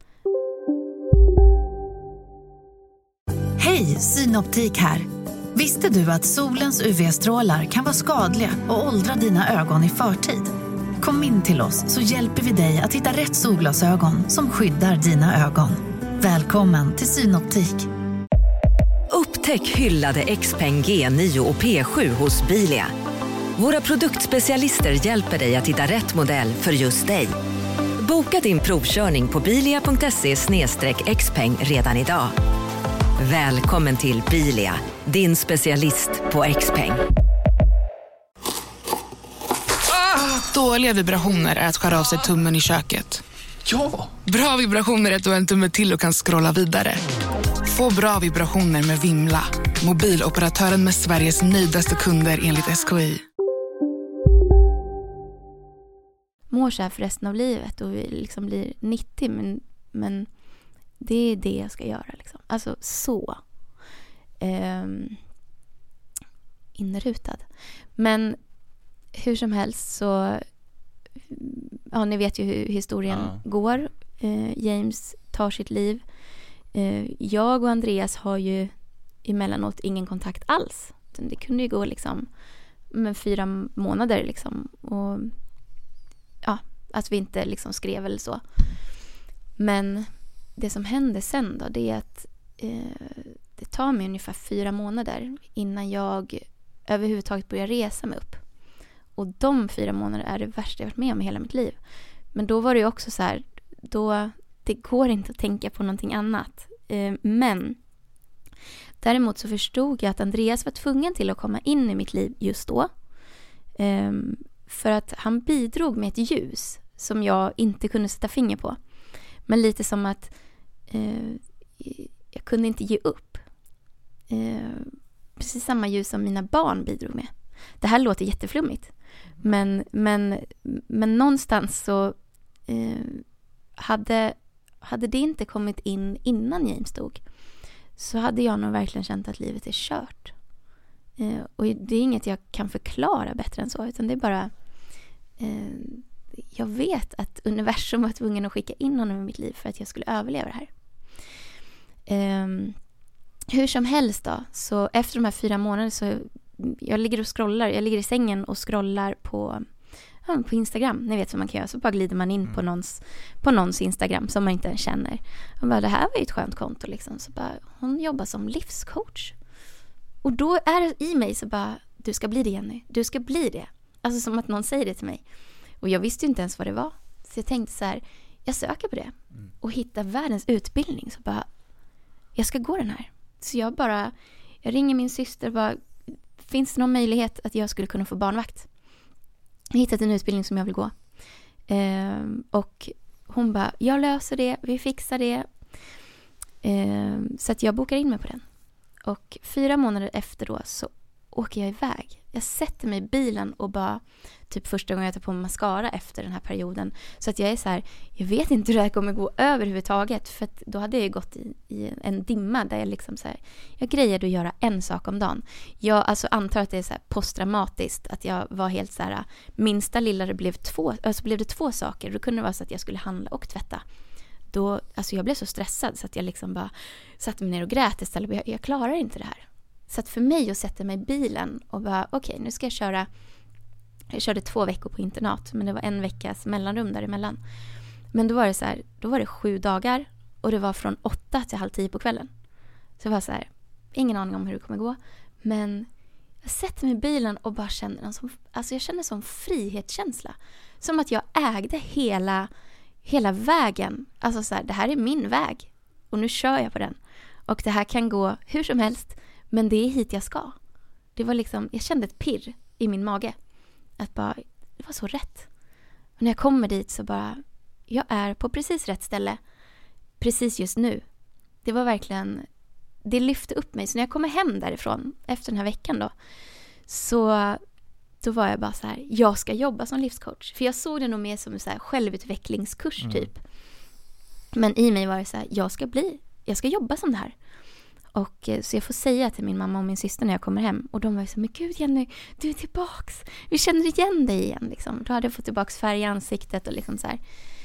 Hej, Synoptik här. Visste du att solens U V-strålar kan vara skadliga och åldra dina ögon i förtid? Kom in till oss så hjälper vi dig att hitta rätt solglasögon som skyddar dina ögon. Välkommen till Synoptik. Upptäck hyllade X-Pen G nio och P sju hos Bilia. Våra produktspecialister hjälper dig att hitta rätt modell för just dig. Boka din provkörning på bilia punkt se slash xpeng redan idag. Välkommen till Bilia, din specialist på Xpeng. Ah, dåliga vibrationer är att skära av sig tummen i köket. Ja! Bra vibrationer är att du har en tumme till och kan scrolla vidare. Få bra vibrationer med Vimla. Mobiloperatören med Sveriges nöjdaste kunder enligt S K I. Mår så här för resten av livet och liksom blir nittio, men, men det är det jag ska göra. Liksom. Alltså så. Um, inrutad. Men hur som helst så, ja, ni vet ju hur historien ja. går. Uh, James tar sitt liv. Uh, jag och Andreas har ju emellanåt ingen kontakt alls. Det kunde ju gå liksom med fyra månader liksom. Och ja, att vi inte liksom skrev eller så. Men det som hände sen då, det är att eh, det tar mig ungefär fyra månader innan jag överhuvudtaget börjar resa mig upp. Och de fyra månader är det värsta jag varit med om i hela mitt liv. Men då var det ju också så här, då, det går inte att tänka på någonting annat. Eh, men däremot så förstod jag att Andreas var tvungen till att komma in i mitt liv just då. Eh, för att han bidrog med ett ljus som jag inte kunde sätta finger på. Men lite som att eh, jag kunde inte ge upp. Eh, precis samma ljus som mina barn bidrog med. Det här låter jätteflummigt. Men, men, men någonstans så eh, hade, hade det inte kommit in innan James dog, så hade jag nog verkligen känt att livet är kört. Eh, och det är inget jag kan förklara bättre än så, utan det är bara eh, jag vet att universum var tvungen att skicka in honom i mitt liv för att jag skulle överleva det här. Eh, hur som helst då, så efter de här fyra månaderna så jag ligger och scrollar, jag ligger i sängen och scrollar på, ja, på Instagram. Ni vet vad man kan göra, så bara glider man in mm. på, någons, på någons Instagram som man inte ens känner. Och bara, det här var ju ett skönt konto liksom. Så bara, hon jobbar som livscoach. Och då är det i mig så bara, du ska bli det, Jenny. Du ska bli det. Alltså som att någon säger det till mig. Och jag visste ju inte ens vad det var. Så jag tänkte så här, jag söker på det. Mm. Och hittar världens utbildning. Så bara, jag ska gå den här. Så jag bara, jag ringer min syster och bara, finns det någon möjlighet att jag skulle kunna få barnvakt? Jag har hittat en utbildning som jag vill gå. Ehm, och hon bara, jag löser det, vi fixar det. Ehm, så att jag bokar in mig på den. Och fyra månader efter då så åker jag iväg. Jag sätter mig i bilen och bara, typ första gången jag tar på mig mascara efter den här perioden. Så att jag är så här, jag vet inte hur det här kommer gå överhuvudtaget. För att då hade jag ju gått i, i en dimma där jag liksom så här, jag grejade att göra en sak om dagen. Jag alltså antar att det är så här posttraumatiskt, att jag var helt så här, minsta lilla det blev två, alltså blev det två saker. Då kunde det vara så att jag skulle handla och tvätta. Då, alltså jag blev så stressad så att jag liksom bara satte mig ner och grät istället. Jag, jag klarar inte det här. Så att för mig att sätta mig i bilen och bara, okej, okay, nu ska jag köra. Jag körde två veckor på internat, men det var en veckas mellanrum däremellan. Men då var det så här, då var det sju dagar och det var från åtta till halv tio på kvällen. Så det var så här, ingen aning om hur det kommer gå. Men jag sätter mig i bilen och bara känner en sån, alltså jag känner en sån frihetskänsla. Som att jag ägde hela, hela vägen. Alltså så här, det här är min väg och nu kör jag på den. Och det här kan gå hur som helst, men det är hit jag ska. Det var liksom, jag kände ett pirr i min mage. Att bara, det var så rätt. Och när jag kommer dit så bara, jag är på precis rätt ställe. Precis just nu. Det var verkligen, det lyfte upp mig. Så när jag kommer hem därifrån efter den här veckan då, så då var jag bara så här, jag ska jobba som livscoach. För jag såg det nog mer som en så här självutvecklingskurs mm. typ. Men i mig var det så här, jag ska bli, jag ska jobba som det här. Och så jag får säga till min mamma och min syster när jag kommer hem. Och de var så, men gud Jenny, du är tillbaks. Vi känner igen dig igen. Liksom. Då hade jag fått tillbaks färg i ansiktet. Och liksom så här.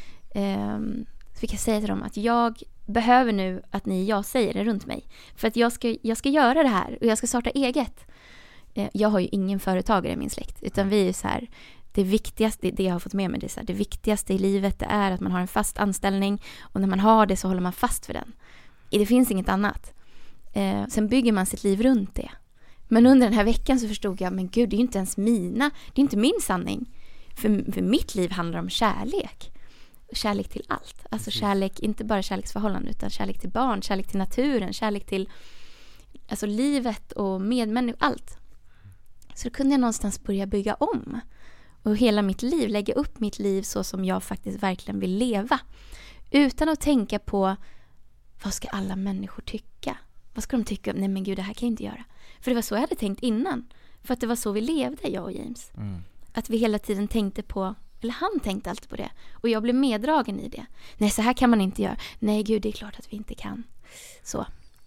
Ehm, så fick jag säga till dem att jag behöver nu att ni jag säger det runt mig. För att jag ska, jag ska göra det här. Och jag ska starta eget. Ehm, jag har ju ingen företagare i min släkt. Utan vi är ju så här, det viktigaste, det jag har fått med mig, det är så här, det viktigaste i livet det är att man har en fast anställning. Och när man har det så håller man fast för den. Det finns inget annat. Eh, sen bygger man sitt liv runt det. Men under den här veckan så förstod jag, men gud, det är ju inte ens mina, det är inte min sanning. För, för mitt liv handlar om kärlek. Kärlek till allt. Alltså kärlek, inte bara kärleksförhållanden, utan kärlek till barn, kärlek till naturen, kärlek till alltså livet och medmänniskor, allt. Så då kunde jag någonstans börja bygga om. Och hela mitt liv, lägga upp mitt liv så som jag faktiskt verkligen vill leva. Utan att tänka på, vad ska alla människor tycka? Vad ska de tycka? Nej men gud, det här kan jag inte göra. För det var så jag hade tänkt innan. För att det var så vi levde, jag och James. Mm. Att vi hela tiden tänkte på, eller han tänkte alltid på det. Och jag blev meddragen i det. Nej, så här kan man inte göra. Nej gud, det är klart att vi inte kan. Så.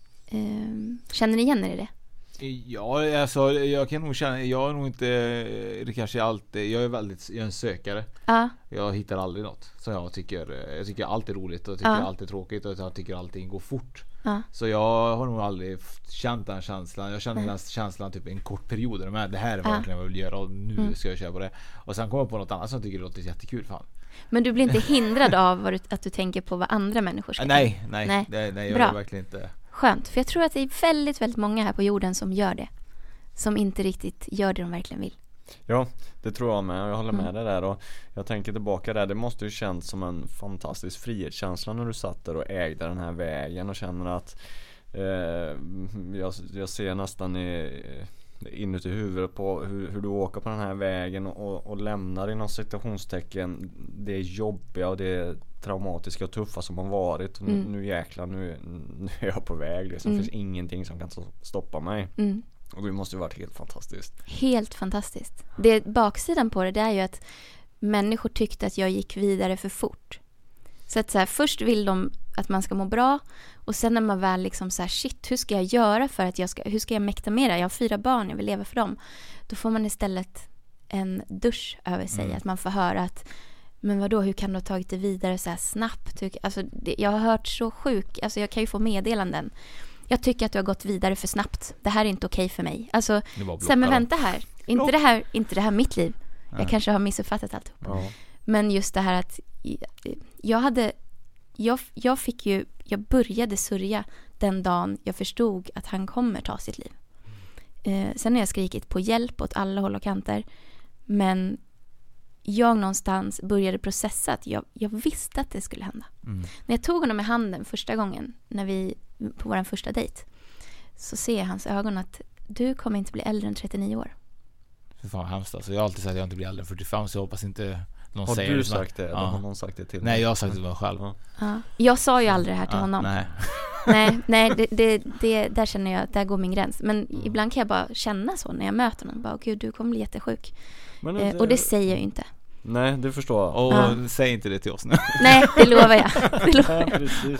Ehm, känner ni igen er i det? Ja, alltså, jag kan nog känna, jag är nog inte, det kanske alltid, jag är väldigt, jag är en sökare. Ja. Jag hittar aldrig något som jag tycker, jag tycker allt är roligt och tycker ja. allt är tråkigt och jag tycker allting går fort. Ja. Så jag har nog aldrig känt den känslan. Jag kände den känslan typ en kort period. Men det här är verkligen ja. vad jag vill göra och nu mm. ska jag köra på det. Och sen kommer jag på något annat som jag tycker det låter jättekul. Fan. Men du blir inte hindrad av att du tänker på vad andra människor ska nej, tänka? Nej, nej, nej, nej jag Bra. är verkligen inte. Skönt, för jag tror att det är väldigt, väldigt många här på jorden som gör det. Som inte riktigt gör det de verkligen vill. Ja, det tror jag med. Jag håller med dig där. Och jag tänker tillbaka där. Det måste ju kännas som en fantastisk frihetskänsla när du satt där och ägde den här vägen och känner att eh, jag, jag ser nästan i, inuti huvudet på hur, hur du åker på den här vägen och, och lämnar inom citationstecken det jobbiga och det traumatiska och tuffa som har varit. Och nu, mm. nu jäklar, nu, nu är jag på väg. Liksom. Mm. Det finns ingenting som kan stoppa mig. Mm. Och det måste ju varit helt fantastiskt. Helt fantastiskt. Det, baksidan på det, det är ju att människor tyckte att jag gick vidare för fort. Så att så här, först vill de att man ska må bra. Och sen när man väl liksom så här, shit, hur ska jag göra för att jag ska, hur ska jag mäkta med det? Jag har fyra barn, jag vill leva för dem. Då får man istället en dusch över sig. Mm. Att man får höra att, men vadå, hur kan du ha tagit det vidare så här snabbt? Alltså, det, jag har hört så sjuk, alltså jag kan ju få meddelanden. Jag tycker att du har gått vidare för snabbt. Det här är inte okej för mig. Alltså, sen men vänta här. Inte det här, inte det här mitt liv. Jag Nej. kanske har missuppfattat allt. Ja. Men just det här att jag hade jag, jag fick ju jag började sörja den dagen jag förstod att han kommer ta sitt liv. Eh, sen har jag skrikit på hjälp åt alla håll och kanter. Men jag någonstans började processa att jag, jag visste att det skulle hända. Mm. När jag tog honom i handen första gången när vi på vår första dejt, så ser jag i hans ögon att du kommer inte bli äldre än trettionio år. Det är fan hemskt alltså. Jag har alltid sagt att jag inte blir äldre än fyrtiofem, så jag hoppas inte någon har säger du det. Sagt det? Ja. Har någon sagt det till Nej, jag har sagt det till mig själv. Ja. Ja. Jag sa ju aldrig det här till ja, honom. Nej, nej, nej det, det, det, där känner jag att där går min gräns. Men mm. ibland kan jag bara känna så när jag möter någon. Bara, gud, du kommer bli jättesjuk. Men det, eh, och det säger jag ju inte. Nej, det förstår jag. Och ja. säg inte det till oss nu. Nej, det lovar jag. Det lovar jag. Ja, precis.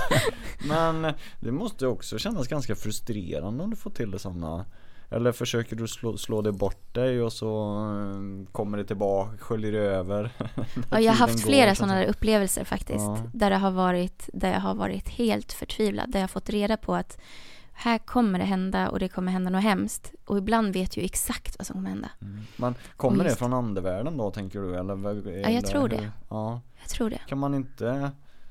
Men det måste också kännas ganska frustrerande om du får till det sådana. Eller försöker du slå, slå det bort dig och så um, kommer det tillbaka, sköljer det över. Ja, jag har haft flera sådana där upplevelser faktiskt. Ja. Där, det har varit, där jag har varit helt förtvivlad. Där jag har fått reda på att här kommer det hända och det kommer hända något hemskt. Och ibland vet jag exakt vad som kommer hända. Mm. Men kommer just det från andevärlden då, tänker du? Eller, eller, ja, jag tror det. Ja. Jag tror det. Kan man inte...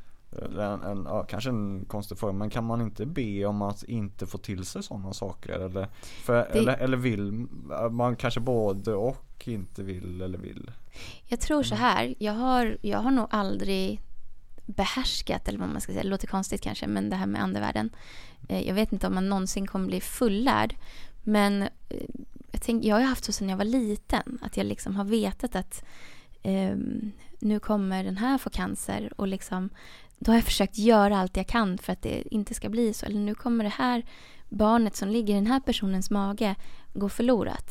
En, en, ja, kanske en konstig fråga, men kan man inte be om att inte få till sig sådana saker? Eller, för, det... eller, eller vill man kanske både och inte vill eller vill? Jag tror så här. Jag har, jag har nog aldrig behärskat, eller vad man ska säga, det låter konstigt kanske, men det här med andevärlden. Jag vet inte om man någonsin kommer bli fullärd, men jag, tänk, jag har haft så sedan jag var liten, att jag liksom har vetat att um, nu kommer den här få cancer, och liksom då har jag försökt göra allt jag kan för att det inte ska bli så. Eller nu kommer det här barnet som ligger i den här personens mage gå förlorat.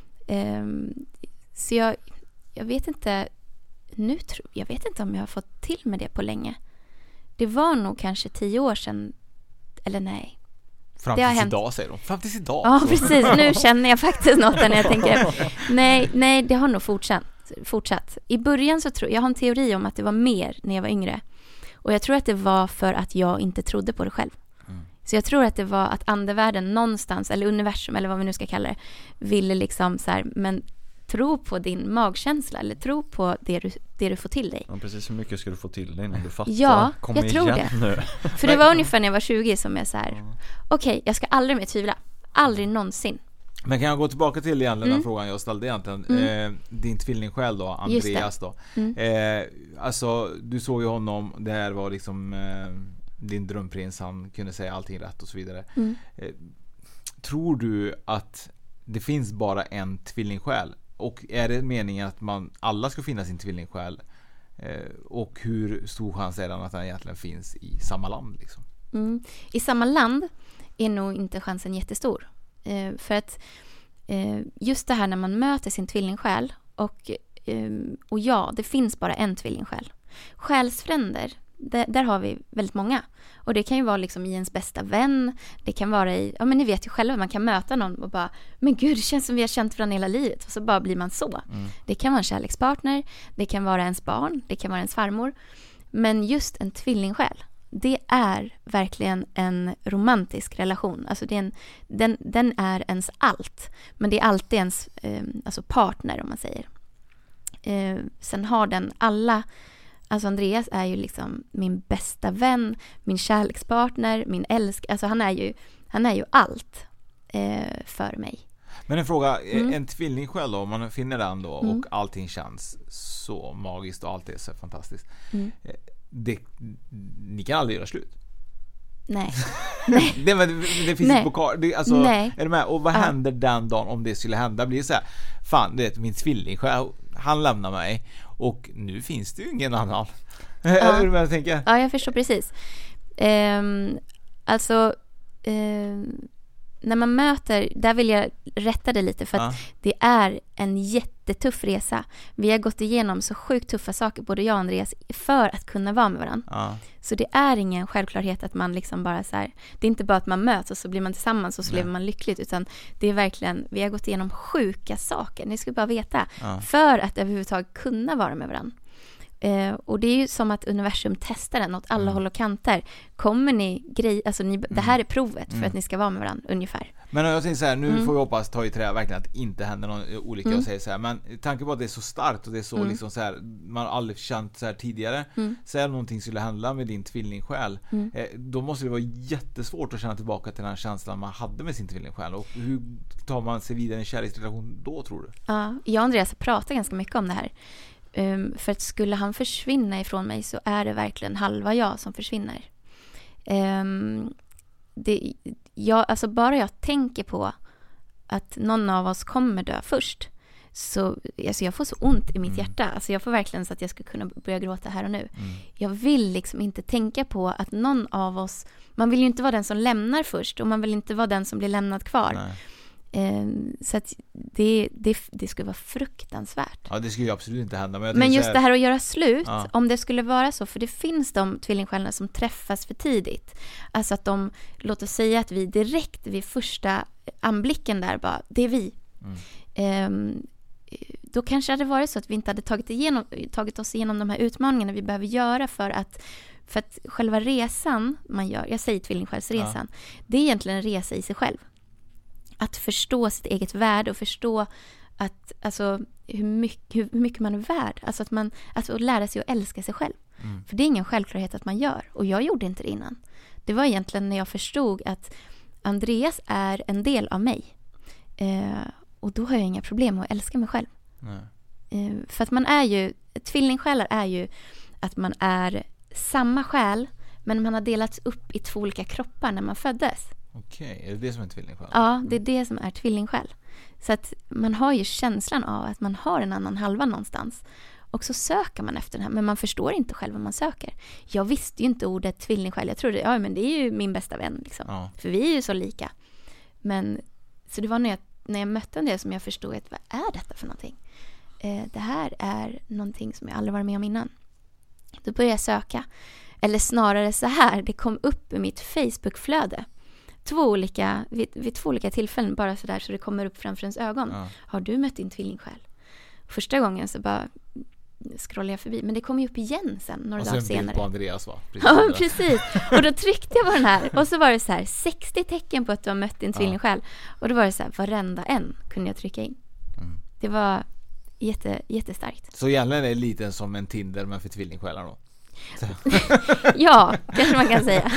Um, så jag, jag vet inte nu tro, jag vet inte om jag har fått till med det på länge. Det var nog kanske tio år sedan, eller nej. Fram tills idag, säger de. Fram tills idag. Ja, precis. Nu känner jag faktiskt något när jag tänker. Nej, nej, det har nog fortsatt. fortsatt. I början så tror jag har en teori om att det var mer när jag var yngre. Och jag tror att det var för att jag inte trodde på det själv. Mm. Så jag tror att det var att andevärlden någonstans, eller universum, eller vad vi nu ska kalla det, ville liksom så här, men tro på din magkänsla, eller tro på det du, det du får till dig. Ja, precis. Hur mycket ska du få till dig innan du fattar? Ja, Kom jag tror det. Nu. För det var ungefär när jag var tjugo som jag så här, okej, okay, jag ska aldrig mer tvivla. Aldrig någonsin. Men kan jag gå tillbaka till egentligen Mm. den frågan jag ställde egentligen. Mm. Eh, din tvillingsjäl då, Andreas då. Mm. Eh, alltså, du såg ju honom, det här var liksom eh, din drömprins, han kunde säga allting rätt och så vidare. Mm. Eh, tror du att det finns bara en tvillingsjäl? Och är det meningen att man alla ska finna sin tvillingsjäl? Eh, och hur stor chans är det att den egentligen finns i samma land liksom? Mm. I samma land är nog inte chansen jättestor. Eh, för att eh, just det här när man möter sin tvillingsjäl och, eh, och ja, det finns bara en tvillingsjäl. Själsfränder, där, där har vi väldigt många. Och det kan ju vara liksom i ens bästa vän. Det kan vara i, ja men ni vet ju själva, man kan möta någon och bara, men gud, det känns som vi har känt varandra hela livet. Och så bara blir man så. Mm. Det kan vara en kärlekspartner, det kan vara ens barn, det kan vara ens farmor. Men just en tvillingsjäl, det är verkligen en romantisk relation. Alltså det är en, den, den är ens allt. Men det är alltid ens eh, alltså partner om man säger. Eh, sen har den alla... Alltså Andreas är ju liksom min bästa vän, min kärlekspartner, min älsk... Alltså han är ju, han är ju allt eh, för mig. Men en fråga, Mm. en tvillingsjäl då, om man finner den då Mm. och allting känns så magiskt och allt är så fantastiskt. Mm. Det, ni kan aldrig göra slut. Nej. Nej. det, men, det finns Nej. ett pokal, det, alltså, Nej. är du med? Och vad Ja. händer den dagen om det skulle hända? Blir det så här, fan, det är min tvillingsjäl, han lämnar mig och nu finns det ju ingen annan. Ja. Är du med jag tänker? Ja, jag förstår precis. Ehm, alltså, ehm, när man möter, där vill jag rätta det lite för att Ja. det är en jättetuff resa. Vi har gått igenom så sjukt tuffa saker, både jag och Andreas, för att kunna vara med varandra. Ja. Så det är ingen självklarhet att man liksom bara så här, det är inte bara att man möts och så blir man tillsammans och så Nej. lever man lyckligt, utan det är verkligen, vi har gått igenom sjuka saker, ni ska bara veta, Ja. för att överhuvudtaget kunna vara med varandra. Eh, och det är ju som att universum testar den åt alla Mm. håll och kanter. Kommer ni grej, alltså ni, det här är provet för Mm. att ni ska vara med varandra ungefär. Men jag tänker så här, nu Mm. får vi hoppas, ta i trä verkligen att det inte händer någon olycka Mm. och säger så här, men tanke på att det är så starkt och det är så Mm. liksom så här, man har aldrig känt så här tidigare. Mm. Så är det någonting skulle hända med din tvillingsjäl, Mm. eh, då måste det vara jättesvårt att känna tillbaka till den känslan man hade med sin tvillingsjäl. Och hur tar man sig vidare i en kärleksrelation då, tror du? Ja, jag och Andreas pratar ganska mycket om det här. Um, för att skulle han försvinna ifrån mig så är det verkligen halva jag som försvinner. Um, det, jag, alltså bara jag tänker på att någon av oss kommer dö först, så alltså jag får så ont i mitt Mm. hjärta. Alltså jag får verkligen så att jag ska kunna börja gråta här och nu. Mm. Jag vill liksom inte tänka på att någon av oss, man vill ju inte vara den som lämnar först och man vill inte vara den som blir lämnad kvar. Nej. Um, så att det, det, det skulle vara fruktansvärt. Ja, det skulle ju absolut inte hända. Men, jag Men tänker just så här, det här att göra slut, Ja. om det skulle vara så, för det finns de tvillingsjälarna som träffas för tidigt. Alltså att de, låt oss säga att vi direkt vid första anblicken där bara, det är vi. Mm. Ehm, då kanske det hade varit så att vi inte hade tagit, igenom, tagit oss igenom de här utmaningarna vi behöver göra för att, för att själva resan man gör, jag säger tvillingsjälsresan, Ja. det är egentligen en resa i sig själv. Att förstå sitt eget värde och förstå att, alltså, hur, mycket, hur mycket man är värd. Alltså att, man, alltså att lära sig att älska sig själv. Mm. För det är ingen självklarhet att man gör. Och jag gjorde inte det innan. Det var egentligen när jag förstod att Andreas är en del av mig. Eh, och då har jag inga problem med att älska mig själv. Nej. Eh, för att man är ju, tvillingsjälar är ju att man är samma själ, men man har delats upp i två olika kroppar när man föddes. Okej, är det det som är tvillingsjäl? Ja, det är det som är tvillingsjäl. Så att man har ju känslan av att man har en annan halva någonstans. Och så söker man efter den här, men man förstår inte själv vad man söker. Jag visste ju inte ordet tvillingsjäl. Jag trodde, ja men det är ju min bästa vän liksom. Ja. För vi är ju så lika. Men, så det var när jag, när jag mötte det som jag förstod att vad är detta för någonting? Eh, det här är någonting som jag aldrig varit med om innan. Då började jag söka. Eller snarare så här, det kom upp i mitt Facebook-flöde. Två olika, vid, vid två olika tillfällen, bara så där så det kommer upp framför ens ögon. Ja. Har du mött din tvillingsjäl? Första gången så bara scrollade jag förbi, men det kommer ju upp igen sen några Och dagar sen en bild senare. på Andreas, va? Precis. Ja, men precis. Och då tryckte jag på den här och så var det så här sextio tecken på att du har mött din Ja. tvillingsjäl. Och då var det så här, varenda en kunde jag trycka in. Mm. Det var jätte, jättestarkt. Så egentligen är det lite som en Tinder men för tvillingsjälar då? Ja, kanske man kan säga.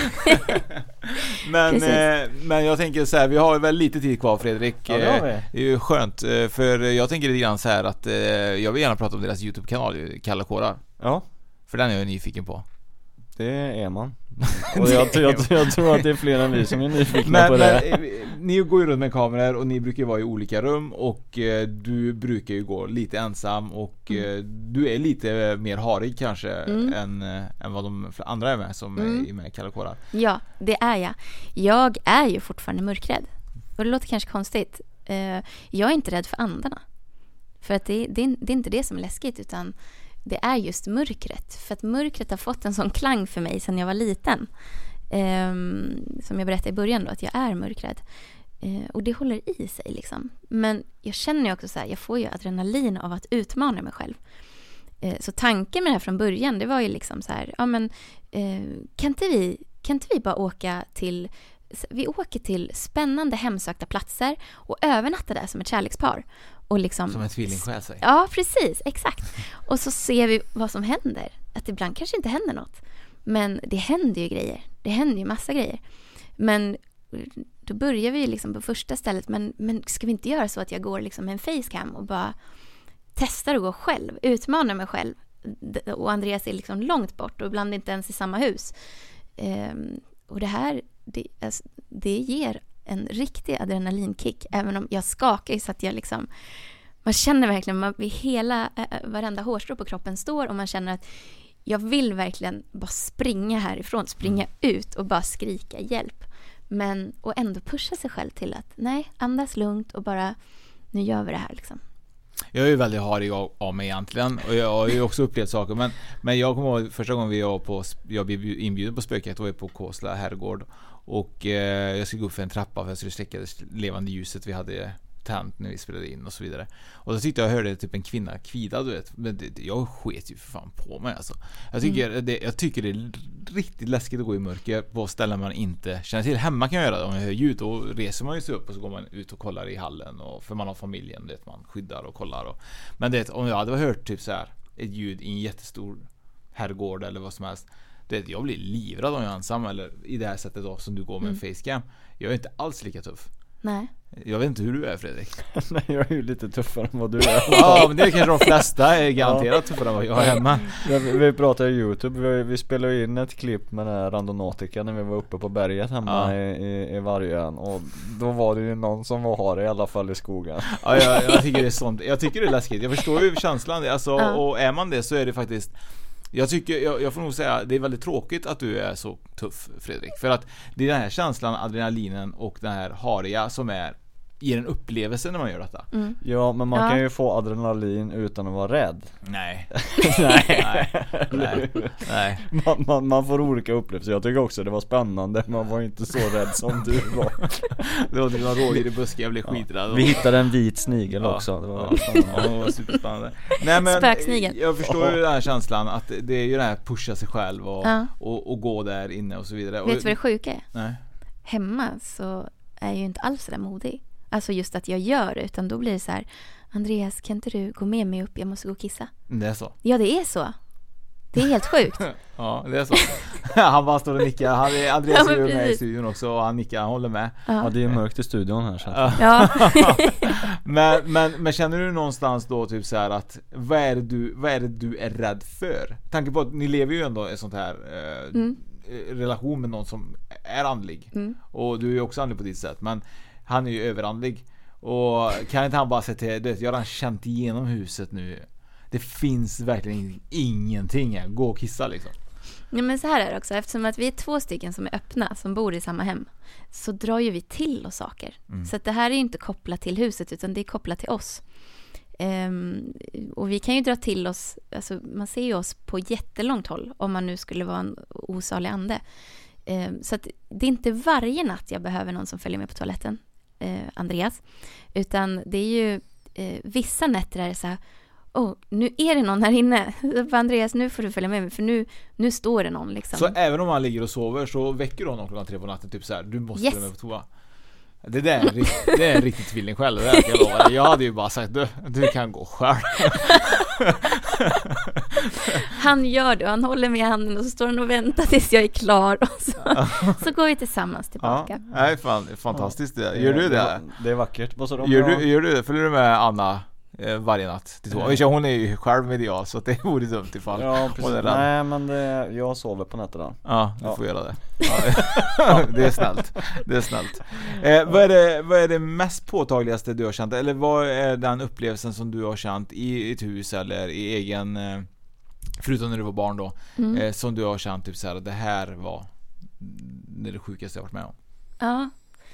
men, eh, men jag tänker så här, vi har väl lite tid kvar, Fredrik. Ja, det har vi. Det är ju skönt, för jag tänker lite grann så här att eh, jag vill gärna prata om deras YouTube-kanal, Kalla Kårar. Ja. För den är jag nyfiken på. Det är man. Och jag, jag, jag tror att det är fler än vi som är nyfikna men, på det. Men, ni går ju runt med kameror och ni brukar ju vara i olika rum. Och eh, du brukar ju gå lite ensam. Och mm. eh, du är lite mer harig kanske mm. än, eh, än vad de andra är med som mm. är med i Kalla Kårar. Ja, det är jag. Jag är ju fortfarande mörkrädd. Och det låter kanske konstigt. eh, Jag är inte rädd för andarna. För att det, det, det är inte det som är läskigt, utan det är just mörkret. För att mörkret har fått en sån klang för mig sedan jag var liten. Um, som jag berättade i början då, att jag är mörkrädd. Uh, och det håller i sig liksom. Men jag känner ju också så här, jag får ju adrenalin av att utmana mig själv. Uh, så tanken med det här från början, det var ju liksom så här, ja men uh, kan inte vi, kan inte vi bara åka till, vi åker till spännande hemsökta platser och övernattar där som ett kärlekspar. Och liksom, som en tvillingsjäl sig. Ja, precis, exakt. Och så ser vi vad som händer. Att ibland kanske inte händer något. Men det händer ju grejer. Det händer ju massa grejer. Men då börjar vi liksom på första stället. Men, men ska vi inte göra så att jag går liksom med en facecam och bara testar att gå själv. Utmanar mig själv. Och Andreas är liksom långt bort och ibland inte ens i samma hus. Um, och det här, det, alltså, det ger en riktig adrenalinkick, även om jag skakar så att jag liksom, man känner verkligen, man, hela, varenda hårstrå på kroppen står och man känner att jag vill verkligen bara springa härifrån, springa mm. ut och bara skrika hjälp, men och ändå pusha sig själv till att nej, andas lugnt och bara, nu gör vi det här liksom. Jag är ju väldigt harig av mig egentligen, och jag har ju också upplevt saker, men, men jag kommer ihåg första gången vi var på, jag blev inbjuden på spökjakt, var jag på Kåsla herrgård. Och eh, jag skulle gå upp för en trappa för jag skulle släcka det levande ljuset vi hade tänt när vi spelade in och så vidare. Och då tyckte jag hörde typ en kvinna kvida, du vet. Men det, jag sket ju för fan på mig alltså. Jag tycker, mm. det, jag tycker det är riktigt läskigt att gå i mörker på ställen man inte känner till. Hemma kan jag göra det, om jag hör ljud och reser man ju sig upp och så går man ut och kollar i hallen. Och, för man har familjen, det man skyddar och kollar. Och, men det, om jag hade hört typ så här ett ljud i en jättestor herrgård eller vad som helst, det, jag blir livrad om jag är ensam, eller i det här sättet då som du går med mm. en facecam. Jag är inte alls lika tuff. Nej. Jag vet inte hur du är, Fredrik. Nej, jag är ju lite tuffare än vad du är. Ja, men det är kanske de flesta är garanterat ja. tuffare än vad jag är hemma. Ja, vi, vi pratar i YouTube, vi, vi spelade in ett klipp med den här Randonautica när vi var uppe på berget hemma ja. i, i, i Vargön. Och då var det ju någon som var har i alla fall i skogen. Ja, jag, jag tycker det är sånt. Jag tycker det är läskigt. Jag förstår ju känslan. Alltså, ja. Och är man det så är det faktiskt, Jag tycker, jag, jag får nog säga, det är väldigt tråkigt att du är så tuff, Fredrik. För att det är den här känslan, adrenalinen och den här hariga som är, ger en upplevelse när man gör detta. Mm. Ja, men man ja. kan ju få adrenalin utan att vara rädd. Nej. nej. nej. nej. nej. Man, man, man får olika upplevelser. Jag tycker också det var spännande. Man var inte så rädd som du var. Det var, det var rådjur i busken, jag blev skiträdd. Ja. Vi hittade en vit snigel ja. också. Det var, ja. ja, det var superspännande. Nej, men spöksnigel. Jag förstår ju den här känslan att det är ju det här pusha sig själv och, ja. och, och gå där inne och så vidare. Vet du vad det sjuka är? Nej. Hemma så är jag ju inte alls så där modig. Alltså just att jag gör det, utan då blir det så här: Andreas, kan inte du gå med mig upp? Jag måste gå och kissa. Det är så. Ja, det är så. Det är helt sjukt. Ja, det är så. Han bara står och nickar. Han är, Andreas är ju med i studion också och han nickar, han håller med. Ja, ja det är mörkt i studion här så. Ja. men, men, men känner du någonstans då typ så här att vad är det du, vad är det du är rädd för? Tanke på att ni lever ju ändå i sånt här eh, mm. relation med någon som är andlig. Mm. Och du är ju också andlig på ditt sätt, men han är ju överandlig. Och kan inte han bara säga till det, jag har redan känt igenom huset nu. Det finns verkligen ingenting här. Gå och kissa liksom. Ja, men så här är det också. Eftersom att vi är två stycken som är öppna, som bor i samma hem, så drar ju vi till oss saker. Mm. Så att det här är ju inte kopplat till huset, utan det är kopplat till oss. Um, och vi kan ju dra till oss, alltså man ser ju oss på jättelångt håll om man nu skulle vara en osalig ande. Um, så att det är inte varje natt jag behöver någon som följer med på toaletten, uh, Andreas. Utan det är ju uh, vissa nätter är det så här: oh, nu är det någon här inne. Andreas, nu får du följa med mig, för nu, nu står det någon liksom. Så även om man ligger och sover så väcker du honom klockan tre på natten typ så här, du måste yes. med på toa. Det där är, det är en riktigt tvilling själv. Det jag, lova. Jag hade ju bara sagt du, du kan gå själv. Han gör det, han håller med i handen och så står han och väntar tills jag är klar och så, så går vi tillsammans tillbaka. Ja, nej, fan, fantastiskt det. Gör du det? Det är vackert. Vad sa de? Gör du, gör du det? Följer du med Anna eh, varje natt till två? Mm. Hon är ju själv medial så det vore dumt ifall. Ja, precis. Nej, men det, jag sover på nätterna. Ja, du ja. får göra det. Ja. Det är snällt. Det är snällt. Eh, vad, är det, vad är det mest påtagligaste du har känt? Eller vad är den upplevelsen som du har känt i ett hus eller i egen, eh, förutom när du var barn då, mm. eh, som du har känt typ så här, det här var det, det sjukaste jag varit med om? Ja.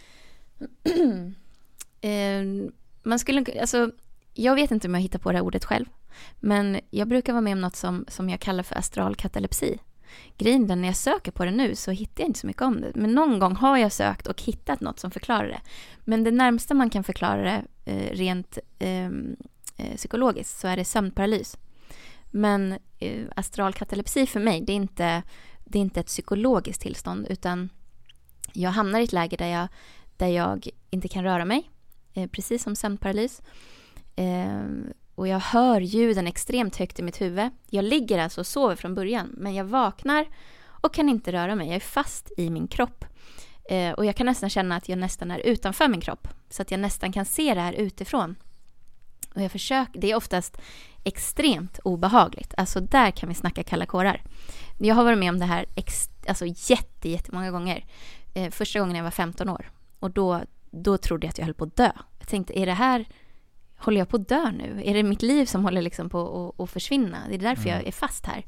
eh, man skulle, alltså jag vet inte om jag hittar på det här ordet själv, men jag brukar vara med om något som, som jag kallar för astral katalepsi. Grejen när jag söker på det nu så hittar jag inte så mycket om det. Men någon gång har jag sökt och hittat något som förklarar det. Men det närmsta man kan förklara det eh, rent eh, psykologiskt så är det sömnparalys. Men eh, astral katalepsi för mig, det är, inte, det är inte ett psykologiskt tillstånd, utan jag hamnar i ett läge där jag, där jag inte kan röra mig. Eh, precis som sömnparalys. Eh, och jag hör ljuden extremt högt i mitt huvud. Jag ligger alltså och sover från början, men jag vaknar och kan inte röra mig. Jag är fast i min kropp. Eh, och jag kan nästan känna att jag nästan är utanför min kropp. Så att jag nästan kan se det här utifrån. Och jag försöker, det är oftast extremt obehagligt. Alltså där kan vi snacka kalla kårar. Jag har varit med om det här ex, alltså jätte, jättemånga gånger. Eh, första gången jag var femton år. Och då, då trodde jag att jag höll på att dö. Jag tänkte, är det här... Håller jag på att dö nu? Är det mitt liv som håller liksom på att, att försvinna? Det är därför mm. jag är fast här.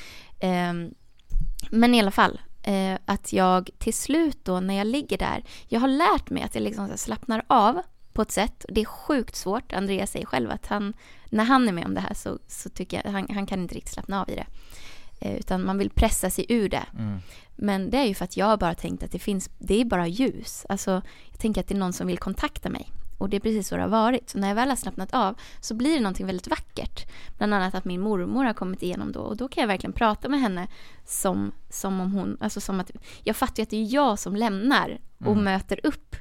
Um, men i alla fall, uh, att jag till slut då när jag ligger där, jag har lärt mig att jag liksom så slappnar av på ett sätt. Det är sjukt svårt. Andreas säger själv att han, när han är med om det här så, så tycker jag han, han kan inte riktigt slappna av i det. Uh, utan man vill pressa sig ur det. Mm. Men det är ju för att jag har bara tänkt att det finns, det är bara ljus. Alltså, jag tänker att det är någon som vill kontakta mig. Och det är precis så det har varit. Så när jag väl har slappnat av så blir det någonting väldigt vackert. Bland annat att min mormor har kommit igenom då. Och då kan jag verkligen prata med henne som, som om hon... Alltså som att... Jag fattar ju att det är jag som lämnar och mm. möter upp.